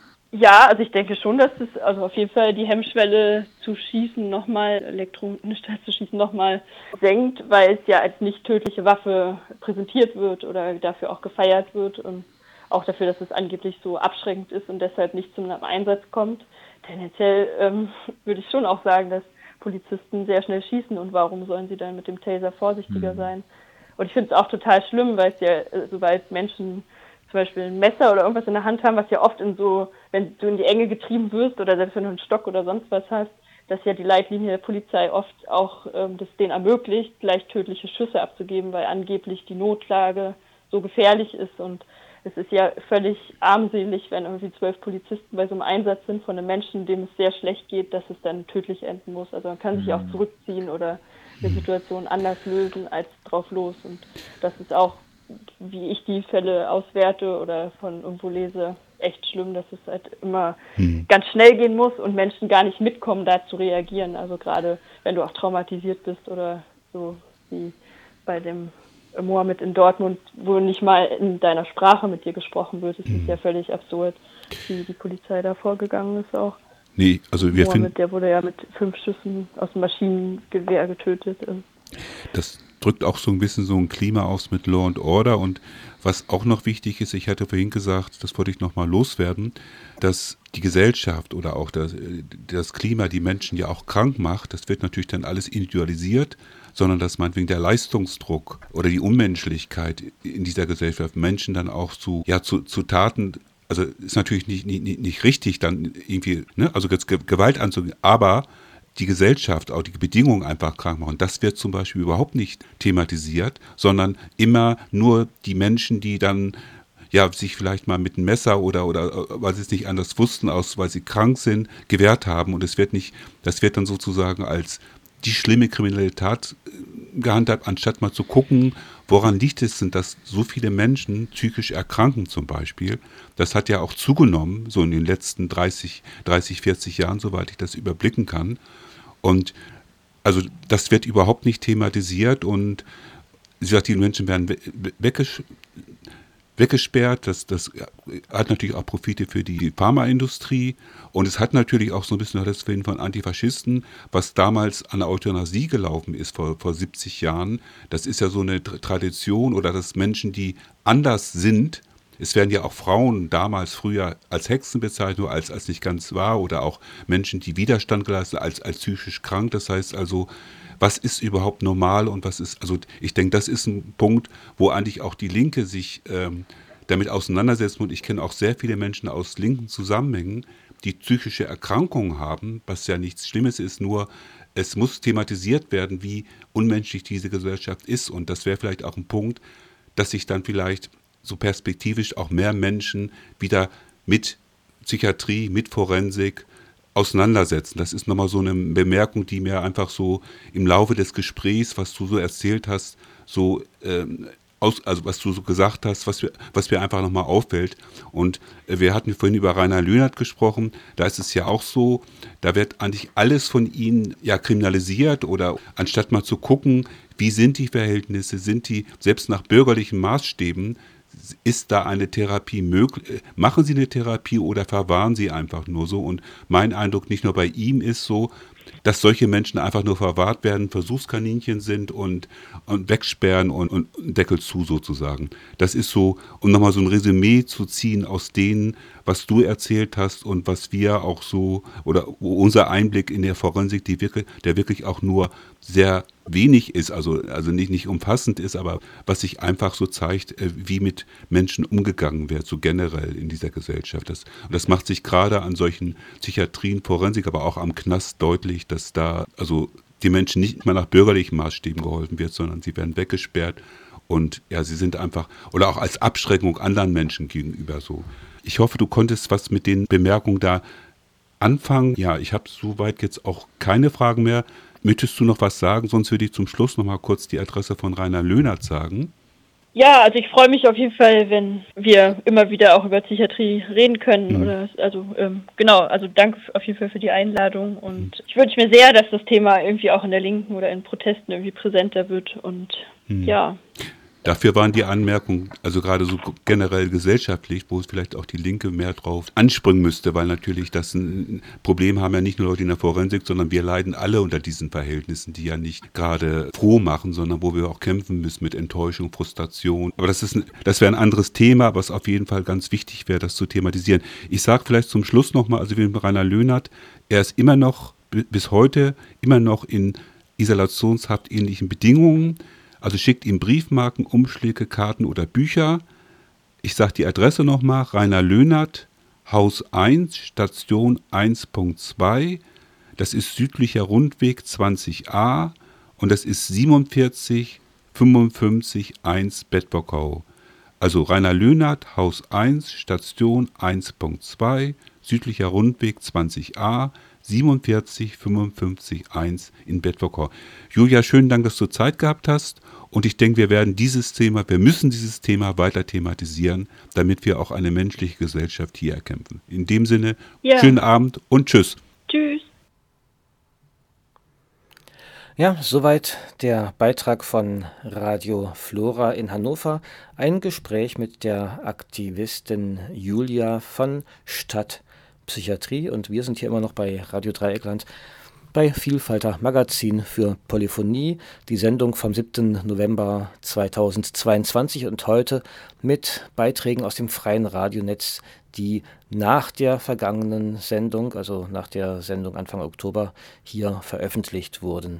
Ja, also ich denke schon, dass es also auf jeden Fall die Hemmschwelle zu schießen nochmal, elektronisch zu schießen nochmal senkt, weil es ja als nicht tödliche Waffe präsentiert wird oder dafür auch gefeiert wird und auch dafür, dass es angeblich so abschreckend ist und deshalb nicht zum Einsatz kommt. Tendenziell ähm, würde ich schon auch sagen, dass Polizisten sehr schnell schießen und warum sollen sie dann mit dem Taser vorsichtiger mhm. sein? Und ich finde es auch total schlimm, weil es ja, sobald Menschen zum Beispiel ein Messer oder irgendwas in der Hand haben, was ja oft in so, wenn du in die Enge getrieben wirst oder selbst wenn du einen Stock oder sonst was hast, dass ja die Leitlinie der Polizei oft auch ähm, das denen ermöglicht, gleich tödliche Schüsse abzugeben, weil angeblich die Notlage so gefährlich ist und es ist ja völlig armselig, wenn irgendwie zwölf Polizisten bei so einem Einsatz sind von einem Menschen, dem es sehr schlecht geht, dass es dann tödlich enden muss. Also man kann sich auch zurückziehen oder eine Situation anders lösen als drauf los. Und das ist auch, wie ich die Fälle auswerte oder von irgendwo lese, echt schlimm, dass es halt immer hm. ganz schnell gehen muss und Menschen gar nicht mitkommen, da zu reagieren. Also gerade wenn du auch traumatisiert bist oder so wie bei dem Mohammed in Dortmund, wo nicht mal in deiner Sprache mit dir gesprochen wird. Es mhm. ist ja völlig absurd, wie die Polizei da vorgegangen ist auch. Nee, also wir Mohammed, finden... der wurde ja mit fünf Schüssen aus dem Maschinengewehr getötet. Das drückt auch so ein bisschen so ein Klima aus mit Law and Order und was auch noch wichtig ist, ich hatte vorhin gesagt, das wollte ich nochmal loswerden, dass die Gesellschaft oder auch das, das Klima die Menschen ja auch krank macht, das wird natürlich dann alles individualisiert, sondern dass man wegen der Leistungsdruck oder die Unmenschlichkeit in dieser Gesellschaft Menschen dann auch zu, ja, zu, zu Taten, also ist natürlich nicht, nicht, nicht richtig dann irgendwie, ne, also jetzt Gewalt anzugehen, aber die Gesellschaft, auch die Bedingungen einfach krank machen. Das wird zum Beispiel überhaupt nicht thematisiert, sondern immer nur die Menschen, die dann ja, sich vielleicht mal mit einem Messer oder, oder weil sie es nicht anders wussten, aus, weil sie krank sind, gewehrt haben. Und es wird nicht, das wird dann sozusagen als die schlimme kriminelle Tat gehandhabt, anstatt mal zu gucken, woran liegt es denn, dass so viele Menschen psychisch erkranken zum Beispiel. Das hat ja auch zugenommen, so in den letzten dreißig, vierzig Jahren, soweit ich das überblicken kann. Und also das wird überhaupt nicht thematisiert und wie gesagt, die Menschen werden weggesch- weggesperrt. Das, das hat natürlich auch Profite für die Pharmaindustrie und es hat natürlich auch so ein bisschen das Film von Antifaschisten, was damals an der Euthanasie gelaufen ist vor, vor siebzig Jahren. Das ist ja so eine Tradition oder dass Menschen, die anders sind, es werden ja auch Frauen damals früher als Hexen bezeichnet, nur als, als nicht ganz wahr oder auch Menschen, die Widerstand geleistet als, als psychisch krank. Das heißt also, was ist überhaupt normal und was ist, also ich denke, das ist ein Punkt, wo eigentlich auch die Linke sich ähm, damit auseinandersetzt und ich kenne auch sehr viele Menschen aus linken Zusammenhängen, die psychische Erkrankungen haben, was ja nichts Schlimmes ist, nur es muss thematisiert werden, wie unmenschlich diese Gesellschaft ist und das wäre vielleicht auch ein Punkt, dass sich dann vielleicht so perspektivisch auch mehr Menschen wieder mit Psychiatrie, mit Forensik auseinandersetzen. Das ist nochmal so eine Bemerkung, die mir einfach so im Laufe des Gesprächs, was du so erzählt hast, so ähm, aus, also was du so gesagt hast, was, wir, was mir einfach nochmal auffällt. Und äh, wir hatten vorhin über Rainer Löhnert gesprochen, da ist es ja auch so, da wird eigentlich alles von ihnen ja kriminalisiert oder anstatt mal zu gucken, wie sind die Verhältnisse, sind die selbst nach bürgerlichen Maßstäben, ist da eine Therapie möglich? Machen Sie eine Therapie oder verwahren Sie einfach nur so? Und mein Eindruck nicht nur bei ihm ist so, dass solche Menschen einfach nur verwahrt werden, Versuchskaninchen sind und, und wegsperren und, und Deckel zu sozusagen. Das ist so, um nochmal so ein Resümee zu ziehen aus denen, was du erzählt hast und was wir auch so, oder unser Einblick in der Forensik, die wirklich, der wirklich auch nur sehr wenig ist, also, also nicht, nicht umfassend ist, aber was sich einfach so zeigt, wie mit Menschen umgegangen wird, so generell in dieser Gesellschaft. Das, und das macht sich gerade an solchen Psychiatrien, Forensik, aber auch am Knast deutlich, dass da also die Menschen nicht mal nach bürgerlichen Maßstäben geholfen wird, sondern sie werden weggesperrt und ja, sie sind einfach, oder auch als Abschreckung anderen Menschen gegenüber so. Ich hoffe, du konntest was mit den Bemerkungen da anfangen. Ja, ich habe soweit jetzt auch keine Fragen mehr. Möchtest du noch was sagen? Sonst würde ich zum Schluss noch mal kurz die Adresse von Rainer Löhnert sagen. Ja, also ich freue mich auf jeden Fall, wenn wir immer wieder auch über Psychiatrie reden können. Mhm. Oder also ähm, genau, also danke auf jeden Fall für die Einladung und mhm. ich wünsche mir sehr, dass das Thema irgendwie auch in der Linken oder in Protesten irgendwie präsenter wird und mhm. ja. Dafür waren die Anmerkungen, also gerade so generell gesellschaftlich, wo es vielleicht auch die Linke mehr drauf anspringen müsste, weil natürlich das ein Problem haben ja nicht nur Leute in der Forensik, sondern wir leiden alle unter diesen Verhältnissen, die ja nicht gerade froh machen, sondern wo wir auch kämpfen müssen mit Enttäuschung, Frustration. Aber das ist ein, das wäre ein anderes Thema, was auf jeden Fall ganz wichtig wäre, das zu thematisieren. Ich sage vielleicht zum Schluss nochmal, also wie mit Rainer Löhnert, er ist immer noch, bis heute, immer noch in Isolationshaft ähnlichen Bedingungen. Also schickt ihm Briefmarken, Umschläge, Karten oder Bücher. Ich sage die Adresse nochmal, Rainer Löhnert, Haus eins, Station eins Punkt zwei. Das ist südlicher Rundweg zwanzig a und das ist siebenundvierzig fünfundfünfzig eins Bedburgau. Also Rainer Löhnert, Haus eins, Station eins Punkt zwei, südlicher Rundweg zwanzig a, siebenundvierzig fünfundfünfzig eins in Bedburgau. Julia, schönen Dank, dass du Zeit gehabt hast. Und ich denke, wir werden dieses Thema, wir müssen dieses Thema weiter thematisieren, damit wir auch eine menschliche Gesellschaft hier erkämpfen. In dem Sinne, ja. Schönen Abend und tschüss. Tschüss. Ja, soweit der Beitrag von Radio Flora in Hannover. Ein Gespräch mit der Aktivistin Julia von Stadtpsychiatrie. Und wir sind hier immer noch bei Radio Dreieckland bei Vielfalter Magazin für Polyphonie, die Sendung vom siebten November zweitausendzweiundzwanzig und heute mit Beiträgen aus dem freien Radionetz, die nach der vergangenen Sendung, also nach der Sendung Anfang Oktober, hier veröffentlicht wurden.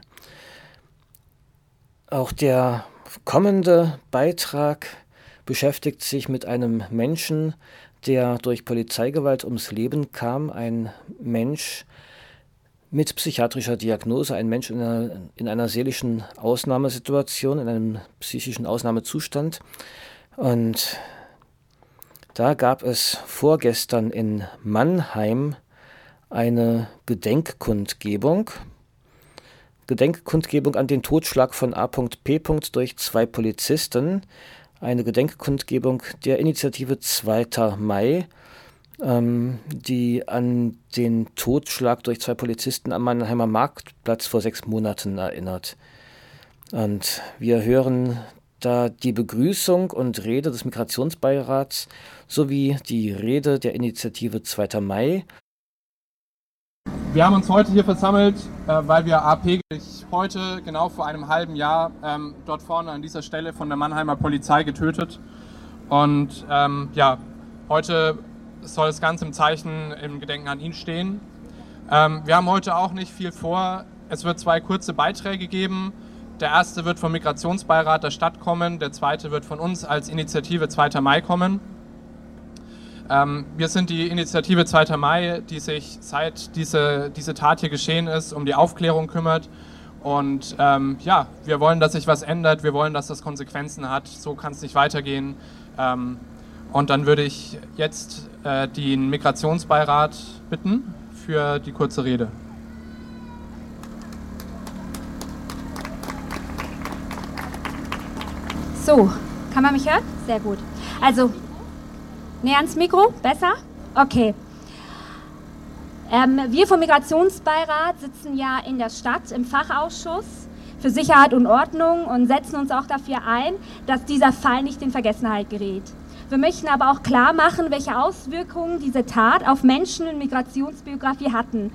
Auch der kommende Beitrag beschäftigt sich mit einem Menschen, der durch Polizeigewalt ums Leben kam, ein Mensch, mit psychiatrischer Diagnose, ein Mensch in einer, in einer seelischen Ausnahmesituation, in einem psychischen Ausnahmezustand. Und da gab es vorgestern in Mannheim eine Gedenkkundgebung. Gedenkkundgebung an den Totschlag von A P durch zwei Polizisten. Eine Gedenkkundgebung der Initiative zweiter Mai, ähm, die an den Totschlag durch zwei Polizisten am Mannheimer Marktplatz vor sechs Monaten erinnert. Und wir hören da die Begrüßung und Rede des Migrationsbeirats sowie die Rede der Initiative zweiter Mai. Wir haben uns heute hier versammelt, äh, weil wir A P heute genau vor einem halben Jahr ähm, dort vorne an dieser Stelle von der Mannheimer Polizei getötet. Und ähm, ja, heute soll das Ganze im Zeichen im Gedenken an ihn stehen. Ähm, wir haben heute auch nicht viel vor. Es wird zwei kurze Beiträge geben. Der erste wird vom Migrationsbeirat der Stadt kommen, der zweite wird von uns als Initiative zweiter Mai kommen. Ähm, wir sind die Initiative zweiter Mai, die sich seit diese, diese Tat hier geschehen ist, um die Aufklärung kümmert. Und ähm, ja, wir wollen, dass sich was ändert, wir wollen, dass das Konsequenzen hat, so kann es nicht weitergehen. Ähm, und dann würde ich jetzt äh, den Migrationsbeirat bitten für die kurze Rede. So, kann man mich hören? Sehr gut. Also, näher ans Mikro, besser? Okay. Ähm, wir vom Migrationsbeirat sitzen ja in der Stadt im Fachausschuss für Sicherheit und Ordnung und setzen uns auch dafür ein, dass dieser Fall nicht in Vergessenheit gerät. Wir möchten aber auch klar machen, welche Auswirkungen diese Tat auf Menschen in Migrationsbiografie hatten.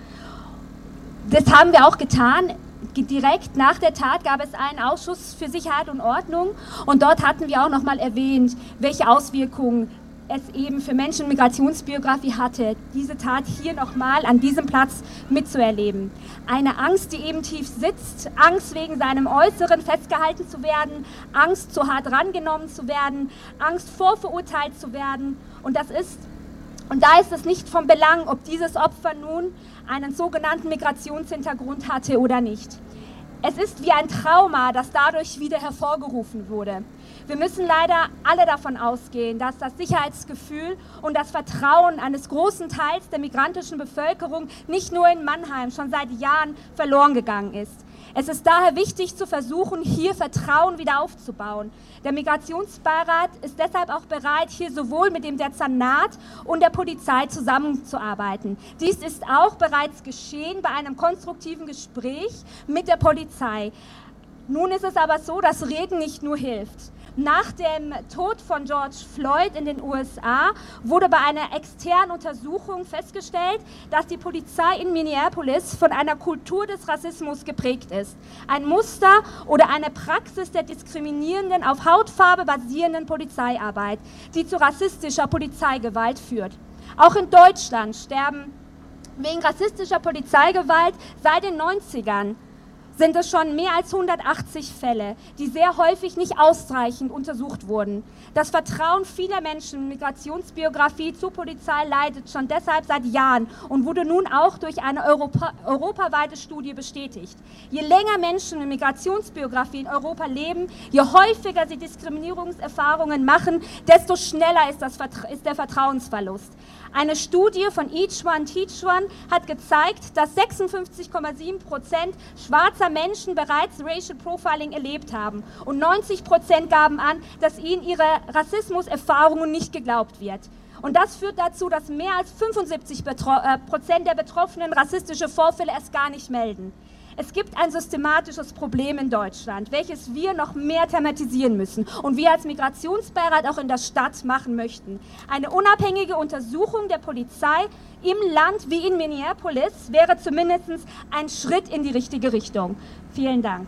Das haben wir auch getan. Direkt nach der Tat gab es einen Ausschuss für Sicherheit und Ordnung und dort hatten wir auch nochmal erwähnt, welche Auswirkungen es eben für Menschen mit Migrationsbiografie hatte, diese Tat hier nochmal an diesem Platz mitzuerleben. Eine Angst, die eben tief sitzt, Angst wegen seinem Äußeren festgehalten zu werden, Angst zu hart rangenommen zu werden, Angst vorverurteilt zu werden und das ist Und da ist es nicht von Belang, ob dieses Opfer nun einen sogenannten Migrationshintergrund hatte oder nicht. Es ist wie ein Trauma, das dadurch wieder hervorgerufen wurde. Wir müssen leider alle davon ausgehen, dass das Sicherheitsgefühl und das Vertrauen eines großen Teils der migrantischen Bevölkerung nicht nur in Mannheim schon seit Jahren verloren gegangen ist. Es ist daher wichtig zu versuchen, hier Vertrauen wieder aufzubauen. Der Migrationsbeirat ist deshalb auch bereit, hier sowohl mit dem Dezernat und der Polizei zusammenzuarbeiten. Dies ist auch bereits geschehen bei einem konstruktiven Gespräch mit der Polizei. Nun ist es aber so, dass Reden nicht nur hilft. Nach dem Tod von George Floyd in den U S A wurde bei einer externen Untersuchung festgestellt, dass die Polizei in Minneapolis von einer Kultur des Rassismus geprägt ist. Ein Muster oder eine Praxis der diskriminierenden, auf Hautfarbe basierenden Polizeiarbeit, die zu rassistischer Polizeigewalt führt. Auch in Deutschland sterben wegen rassistischer Polizeigewalt seit den neunzigern sind es schon mehr als hundertachtzig Fälle, die sehr häufig nicht ausreichend untersucht wurden. Das Vertrauen vieler Menschen mit Migrationsbiografie zur Polizei leidet schon deshalb seit Jahren und wurde nun auch durch eine Europa, europaweite Studie bestätigt. Je länger Menschen mit Migrationsbiografie in Europa leben, je häufiger sie Diskriminierungserfahrungen machen, desto schneller ist, das, ist der Vertrauensverlust. Eine Studie von Each One Teach One hat gezeigt, dass sechsundfünfzig Komma sieben Prozent schwarzer Menschen bereits Racial Profiling erlebt haben und neunzig Prozent gaben an, dass ihnen ihre Rassismuserfahrungen nicht geglaubt wird. Und das führt dazu, dass mehr als fünfundsiebzig Prozent der Betroffenen rassistische Vorfälle erst gar nicht melden. Es gibt ein systematisches Problem in Deutschland, welches wir noch mehr thematisieren müssen und wir als Migrationsbeirat auch in der Stadt machen möchten. Eine unabhängige Untersuchung der Polizei im Land wie in Minneapolis wäre zumindest ein Schritt in die richtige Richtung. Vielen Dank.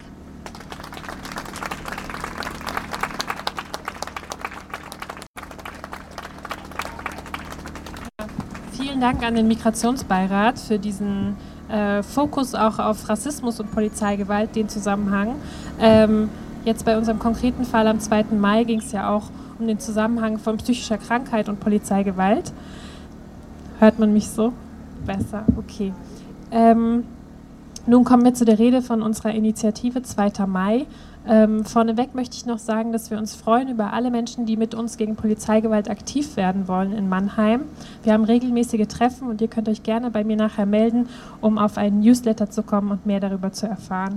Vielen Dank an den Migrationsbeirat für diesen äh, Fokus auch auf Rassismus und Polizeigewalt, den Zusammenhang. Ähm, jetzt bei unserem konkreten Fall am zweiten Mai ging es ja auch um den Zusammenhang von psychischer Krankheit und Polizeigewalt. Hört man mich so? Besser, okay. Ähm, Nun kommen wir zu der Rede von unserer Initiative zweiter Mai. Ähm, vorneweg möchte ich noch sagen, dass wir uns freuen über alle Menschen, die mit uns gegen Polizeigewalt aktiv werden wollen in Mannheim. Wir haben regelmäßige Treffen und ihr könnt euch gerne bei mir nachher melden, um auf einen Newsletter zu kommen und mehr darüber zu erfahren.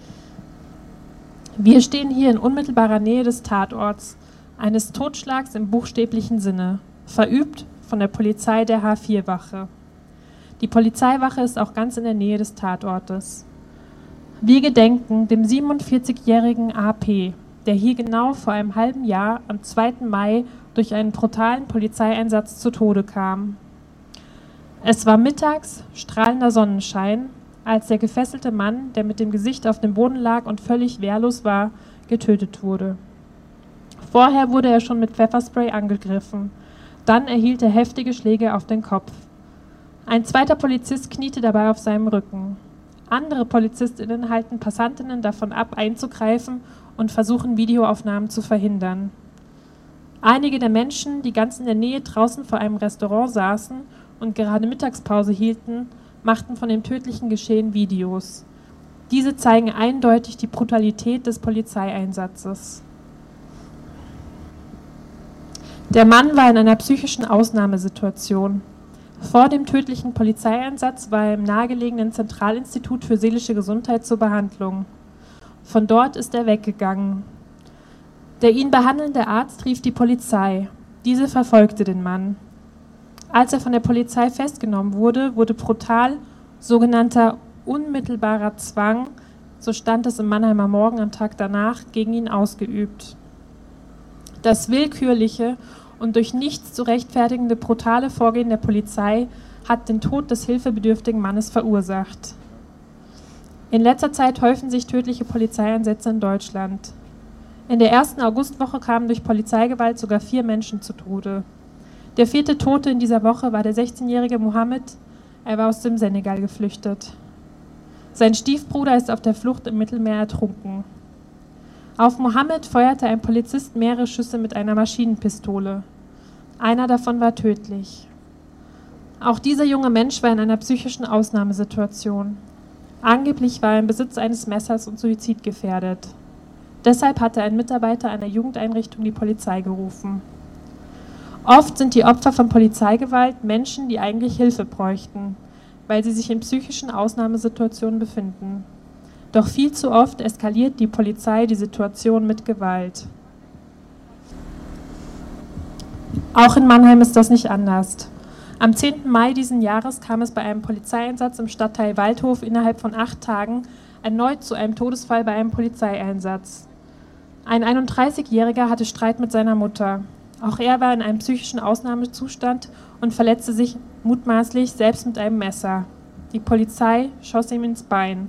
Wir stehen hier in unmittelbarer Nähe des Tatorts, eines Totschlags im buchstäblichen Sinne, verübt von der Polizei der H vier Wache. Die Polizeiwache ist auch ganz in der Nähe des Tatortes. Wir gedenken dem siebenundvierzigjährigen A P, der hier genau vor einem halben Jahr am zweiten Mai durch einen brutalen Polizeieinsatz zu Tode kam. Es war mittags, strahlender Sonnenschein, als der gefesselte Mann, der mit dem Gesicht auf dem Boden lag und völlig wehrlos war, getötet wurde. Vorher wurde er schon mit Pfefferspray angegriffen. Dann erhielt er heftige Schläge auf den Kopf. Ein zweiter Polizist kniete dabei auf seinem Rücken. Andere PolizistInnen halten Passantinnen davon ab, einzugreifen und versuchen, Videoaufnahmen zu verhindern. Einige der Menschen, die ganz in der Nähe draußen vor einem Restaurant saßen und gerade Mittagspause hielten, machten von dem tödlichen Geschehen Videos. Diese zeigen eindeutig die Brutalität des Polizeieinsatzes. Der Mann war in einer psychischen Ausnahmesituation. Vor dem tödlichen Polizeieinsatz war er im nahegelegenen Zentralinstitut für seelische Gesundheit zur Behandlung. Von dort ist er weggegangen. Der ihn behandelnde Arzt rief die Polizei. Diese verfolgte den Mann. Als er von der Polizei festgenommen wurde, wurde brutal sogenannter unmittelbarer Zwang, so stand es im Mannheimer Morgen am Tag danach, gegen ihn ausgeübt. Das willkürliche und durch nichts zu rechtfertigende brutale Vorgehen der Polizei hat den Tod des hilfebedürftigen Mannes verursacht. In letzter Zeit häufen sich tödliche Polizeieinsätze in Deutschland. In der ersten Augustwoche kamen durch Polizeigewalt sogar vier Menschen zu Tode. Der vierte Tote in dieser Woche war der sechzehnjährige Mohammed. Er war aus dem Senegal geflüchtet. Sein Stiefbruder ist auf der Flucht im Mittelmeer ertrunken. Auf Mohammed feuerte ein Polizist mehrere Schüsse mit einer Maschinenpistole. Einer davon war tödlich. Auch dieser junge Mensch war in einer psychischen Ausnahmesituation. Angeblich war er im Besitz eines Messers und suizidgefährdet. Deshalb hatte ein Mitarbeiter einer Jugendeinrichtung die Polizei gerufen. Oft sind die Opfer von Polizeigewalt Menschen, die eigentlich Hilfe bräuchten, weil sie sich in psychischen Ausnahmesituationen befinden. Doch viel zu oft eskaliert die Polizei die Situation mit Gewalt. Auch in Mannheim ist das nicht anders. Am zehnten Mai diesen Jahres kam es bei einem Polizeieinsatz im Stadtteil Waldhof innerhalb von acht Tagen erneut zu einem Todesfall bei einem Polizeieinsatz. Ein einunddreißigjähriger hatte Streit mit seiner Mutter. Auch er war in einem psychischen Ausnahmezustand und verletzte sich mutmaßlich selbst mit einem Messer. Die Polizei schoss ihm ins Bein.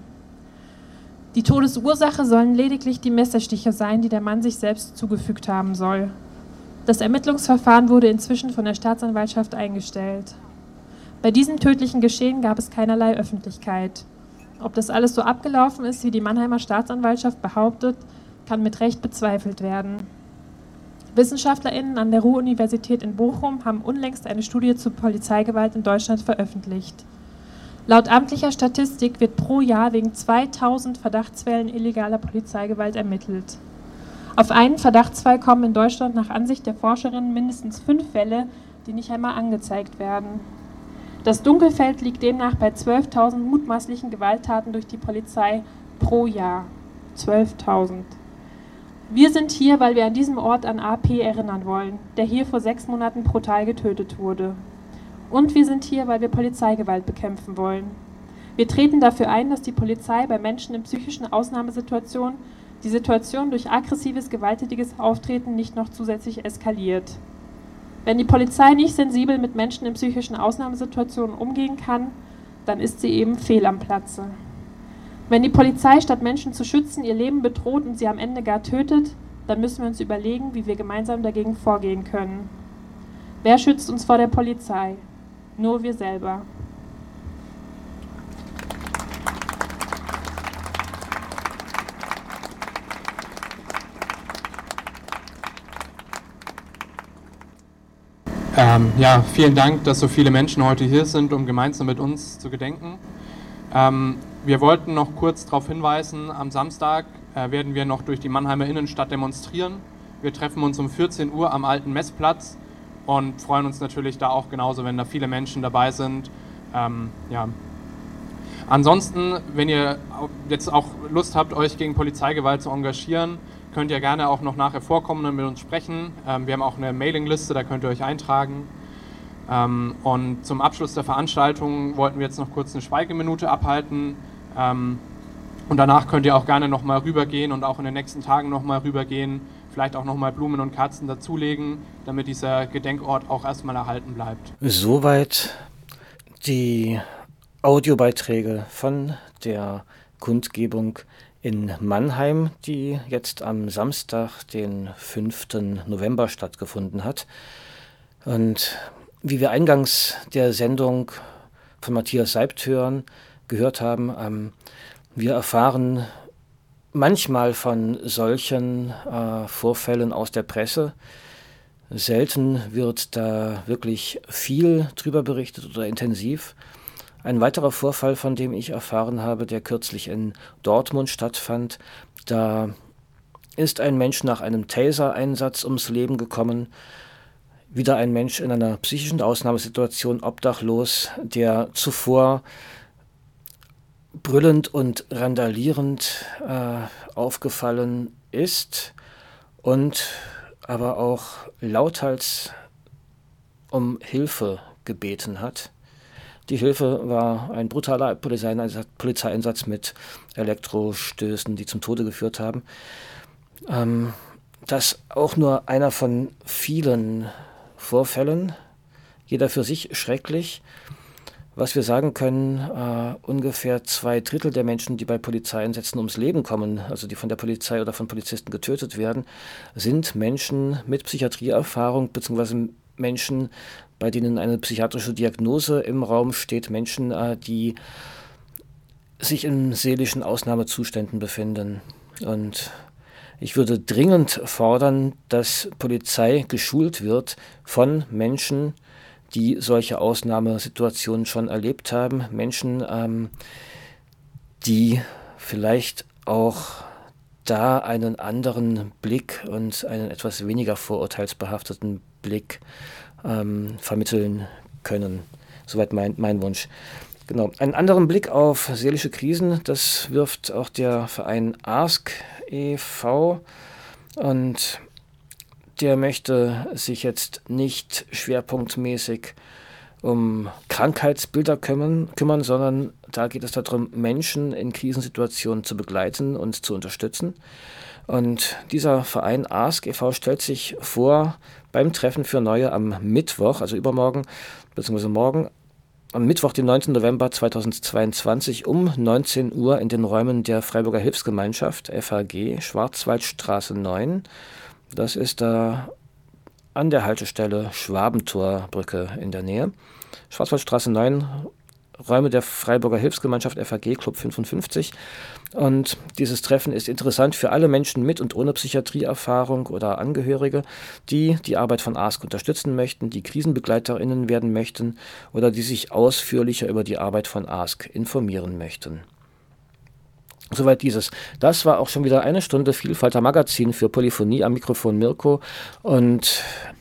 Die Todesursache sollen lediglich die Messerstiche sein, die der Mann sich selbst zugefügt haben soll. Das Ermittlungsverfahren wurde inzwischen von der Staatsanwaltschaft eingestellt. Bei diesem tödlichen Geschehen gab es keinerlei Öffentlichkeit. Ob das alles so abgelaufen ist, wie die Mannheimer Staatsanwaltschaft behauptet, kann mit Recht bezweifelt werden. WissenschaftlerInnen an der Ruhr-Universität in Bochum haben unlängst eine Studie zu Polizeigewalt in Deutschland veröffentlicht. Laut amtlicher Statistik wird pro Jahr wegen zweitausend Verdachtsfällen illegaler Polizeigewalt ermittelt. Auf einen Verdachtsfall kommen in Deutschland nach Ansicht der Forscherinnen mindestens fünf Fälle, die nicht einmal angezeigt werden. Das Dunkelfeld liegt demnach bei zwölftausend mutmaßlichen Gewalttaten durch die Polizei pro Jahr. zwölftausend. Wir sind hier, weil wir an diesem Ort an A P erinnern wollen, der hier vor sechs Monaten brutal getötet wurde. Und wir sind hier, weil wir Polizeigewalt bekämpfen wollen. Wir treten dafür ein, dass die Polizei bei Menschen in psychischen Ausnahmesituationen die Situation durch aggressives, gewalttätiges Auftreten nicht noch zusätzlich eskaliert. Wenn die Polizei nicht sensibel mit Menschen in psychischen Ausnahmesituationen umgehen kann, dann ist sie eben fehl am Platze. Wenn die Polizei statt Menschen zu schützen ihr Leben bedroht und sie am Ende gar tötet, dann müssen wir uns überlegen, wie wir gemeinsam dagegen vorgehen können. Wer schützt uns vor der Polizei? Nur wir selber. Ähm, ja, vielen Dank, dass so viele Menschen heute hier sind, um gemeinsam mit uns zu gedenken. Ähm, wir wollten noch kurz darauf hinweisen, am Samstag äh, werden wir noch durch die Mannheimer Innenstadt demonstrieren. Wir treffen uns um vierzehn Uhr am alten Messplatz und freuen uns natürlich da auch genauso, wenn da viele Menschen dabei sind. Ähm, ja. Ansonsten, wenn ihr jetzt auch Lust habt, euch gegen Polizeigewalt zu engagieren, könnt ihr gerne auch noch nachher vorkommen und mit uns sprechen. Ähm, wir haben auch eine Mailingliste, da könnt ihr euch eintragen. Ähm, und zum Abschluss der Veranstaltung wollten wir jetzt noch kurz eine Schweigeminute abhalten. Ähm, und danach könnt ihr auch gerne nochmal rübergehen und auch in den nächsten Tagen nochmal rübergehen. Vielleicht auch nochmal Blumen und Kerzen dazulegen, damit dieser Gedenkort auch erstmal erhalten bleibt. Soweit die Audiobeiträge von der Kundgebung in Mannheim, die jetzt am Samstag, den fünften November stattgefunden hat. Und wie wir eingangs der Sendung von Matthias Seibt hören, gehört haben, ähm, wir erfahren manchmal von solchen äh, Vorfällen aus der Presse. Selten wird da wirklich viel drüber berichtet oder intensiv. Ein weiterer Vorfall, von dem ich erfahren habe, der kürzlich in Dortmund stattfand, da ist ein Mensch nach einem Taser-Einsatz ums Leben gekommen. Wieder ein Mensch in einer psychischen Ausnahmesituation, obdachlos, der zuvor brüllend und randalierend äh, aufgefallen ist und aber auch lauthals um Hilfe gebeten hat. Die Hilfe war ein brutaler Polizeieinsatz, Polizeieinsatz mit Elektrostößen, die zum Tode geführt haben. Ähm, das auch nur einer von vielen Vorfällen, jeder für sich schrecklich. Was wir sagen können, äh, ungefähr zwei Drittel der Menschen, die bei Polizeieinsätzen ums Leben kommen, also die von der Polizei oder von Polizisten getötet werden, sind Menschen mit Psychiatrieerfahrung bzw. Menschen, bei denen eine psychiatrische Diagnose im Raum steht, Menschen, äh, die sich in seelischen Ausnahmezuständen befinden. Und ich würde dringend fordern, dass Polizei geschult wird von Menschen, die solche Ausnahmesituationen schon erlebt haben. Menschen, ähm, die vielleicht auch da einen anderen Blick und einen etwas weniger vorurteilsbehafteten Blick ähm, vermitteln können. Soweit mein, mein Wunsch. Genau. Einen anderen Blick auf seelische Krisen, das wirft auch der Verein Ask e V und der möchte sich jetzt nicht schwerpunktmäßig um Krankheitsbilder kümmern, kümmern, sondern da geht es darum, Menschen in Krisensituationen zu begleiten und zu unterstützen. Und dieser Verein Ask e V stellt sich vor, beim Treffen für Neue am Mittwoch, also übermorgen, beziehungsweise morgen, am Mittwoch, den neunten November zweitausendzweiundzwanzig um neunzehn Uhr in den Räumen der Freiburger Hilfsgemeinschaft F H G, Schwarzwaldstraße neun. Das ist da an der Haltestelle Schwabentorbrücke in der Nähe. Schwarzwaldstraße neun, Räume der Freiburger Hilfsgemeinschaft F H G, Club fünfundfünfzig. Und dieses Treffen ist interessant für alle Menschen mit und ohne Psychiatrieerfahrung oder Angehörige, die die Arbeit von Ask unterstützen möchten, die KrisenbegleiterInnen werden möchten oder die sich ausführlicher über die Arbeit von Ask informieren möchten. Soweit dieses. Das war auch schon wieder eine Stunde Vielfalter Magazin für Polyphonie, am Mikrofon Mirko. Und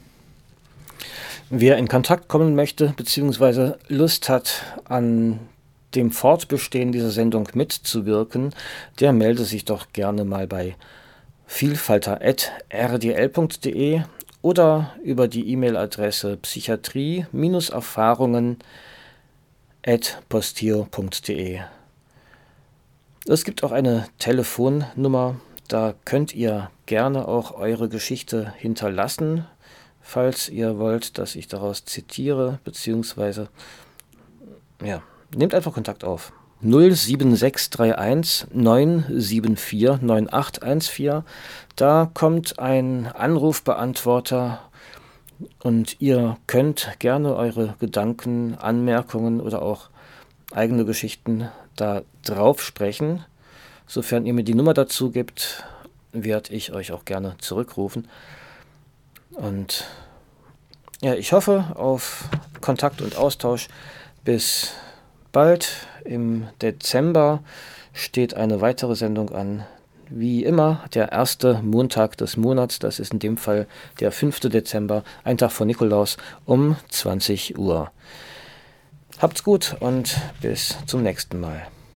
wer in Kontakt kommen möchte, beziehungsweise Lust hat, an dem Fortbestehen dieser Sendung mitzuwirken, der melde sich doch gerne mal bei vielfalter at r d l punkt d e oder über die E-Mail-Adresse psychiatrie-erfahrungen at postio punkt d e. Es gibt auch eine Telefonnummer, da könnt ihr gerne auch eure Geschichte hinterlassen, falls ihr wollt, dass ich daraus zitiere, beziehungsweise, ja, nehmt einfach Kontakt auf. null sieben sechs drei eins neun sieben vier neun acht eins vier, da kommt ein Anrufbeantworter und ihr könnt gerne eure Gedanken, Anmerkungen oder auch eigene Geschichten da drauf sprechen. Sofern ihr mir die Nummer dazu gibt, werde ich euch auch gerne zurückrufen. Und ja, ich hoffe auf Kontakt und Austausch. Bis bald. im Dezember steht eine weitere Sendung an. Wie immer, der erste Montag des Monats, das ist in dem Fall der fünfte Dezember, ein Tag vor Nikolaus um zwanzig Uhr. Habt's gut und bis zum nächsten Mal.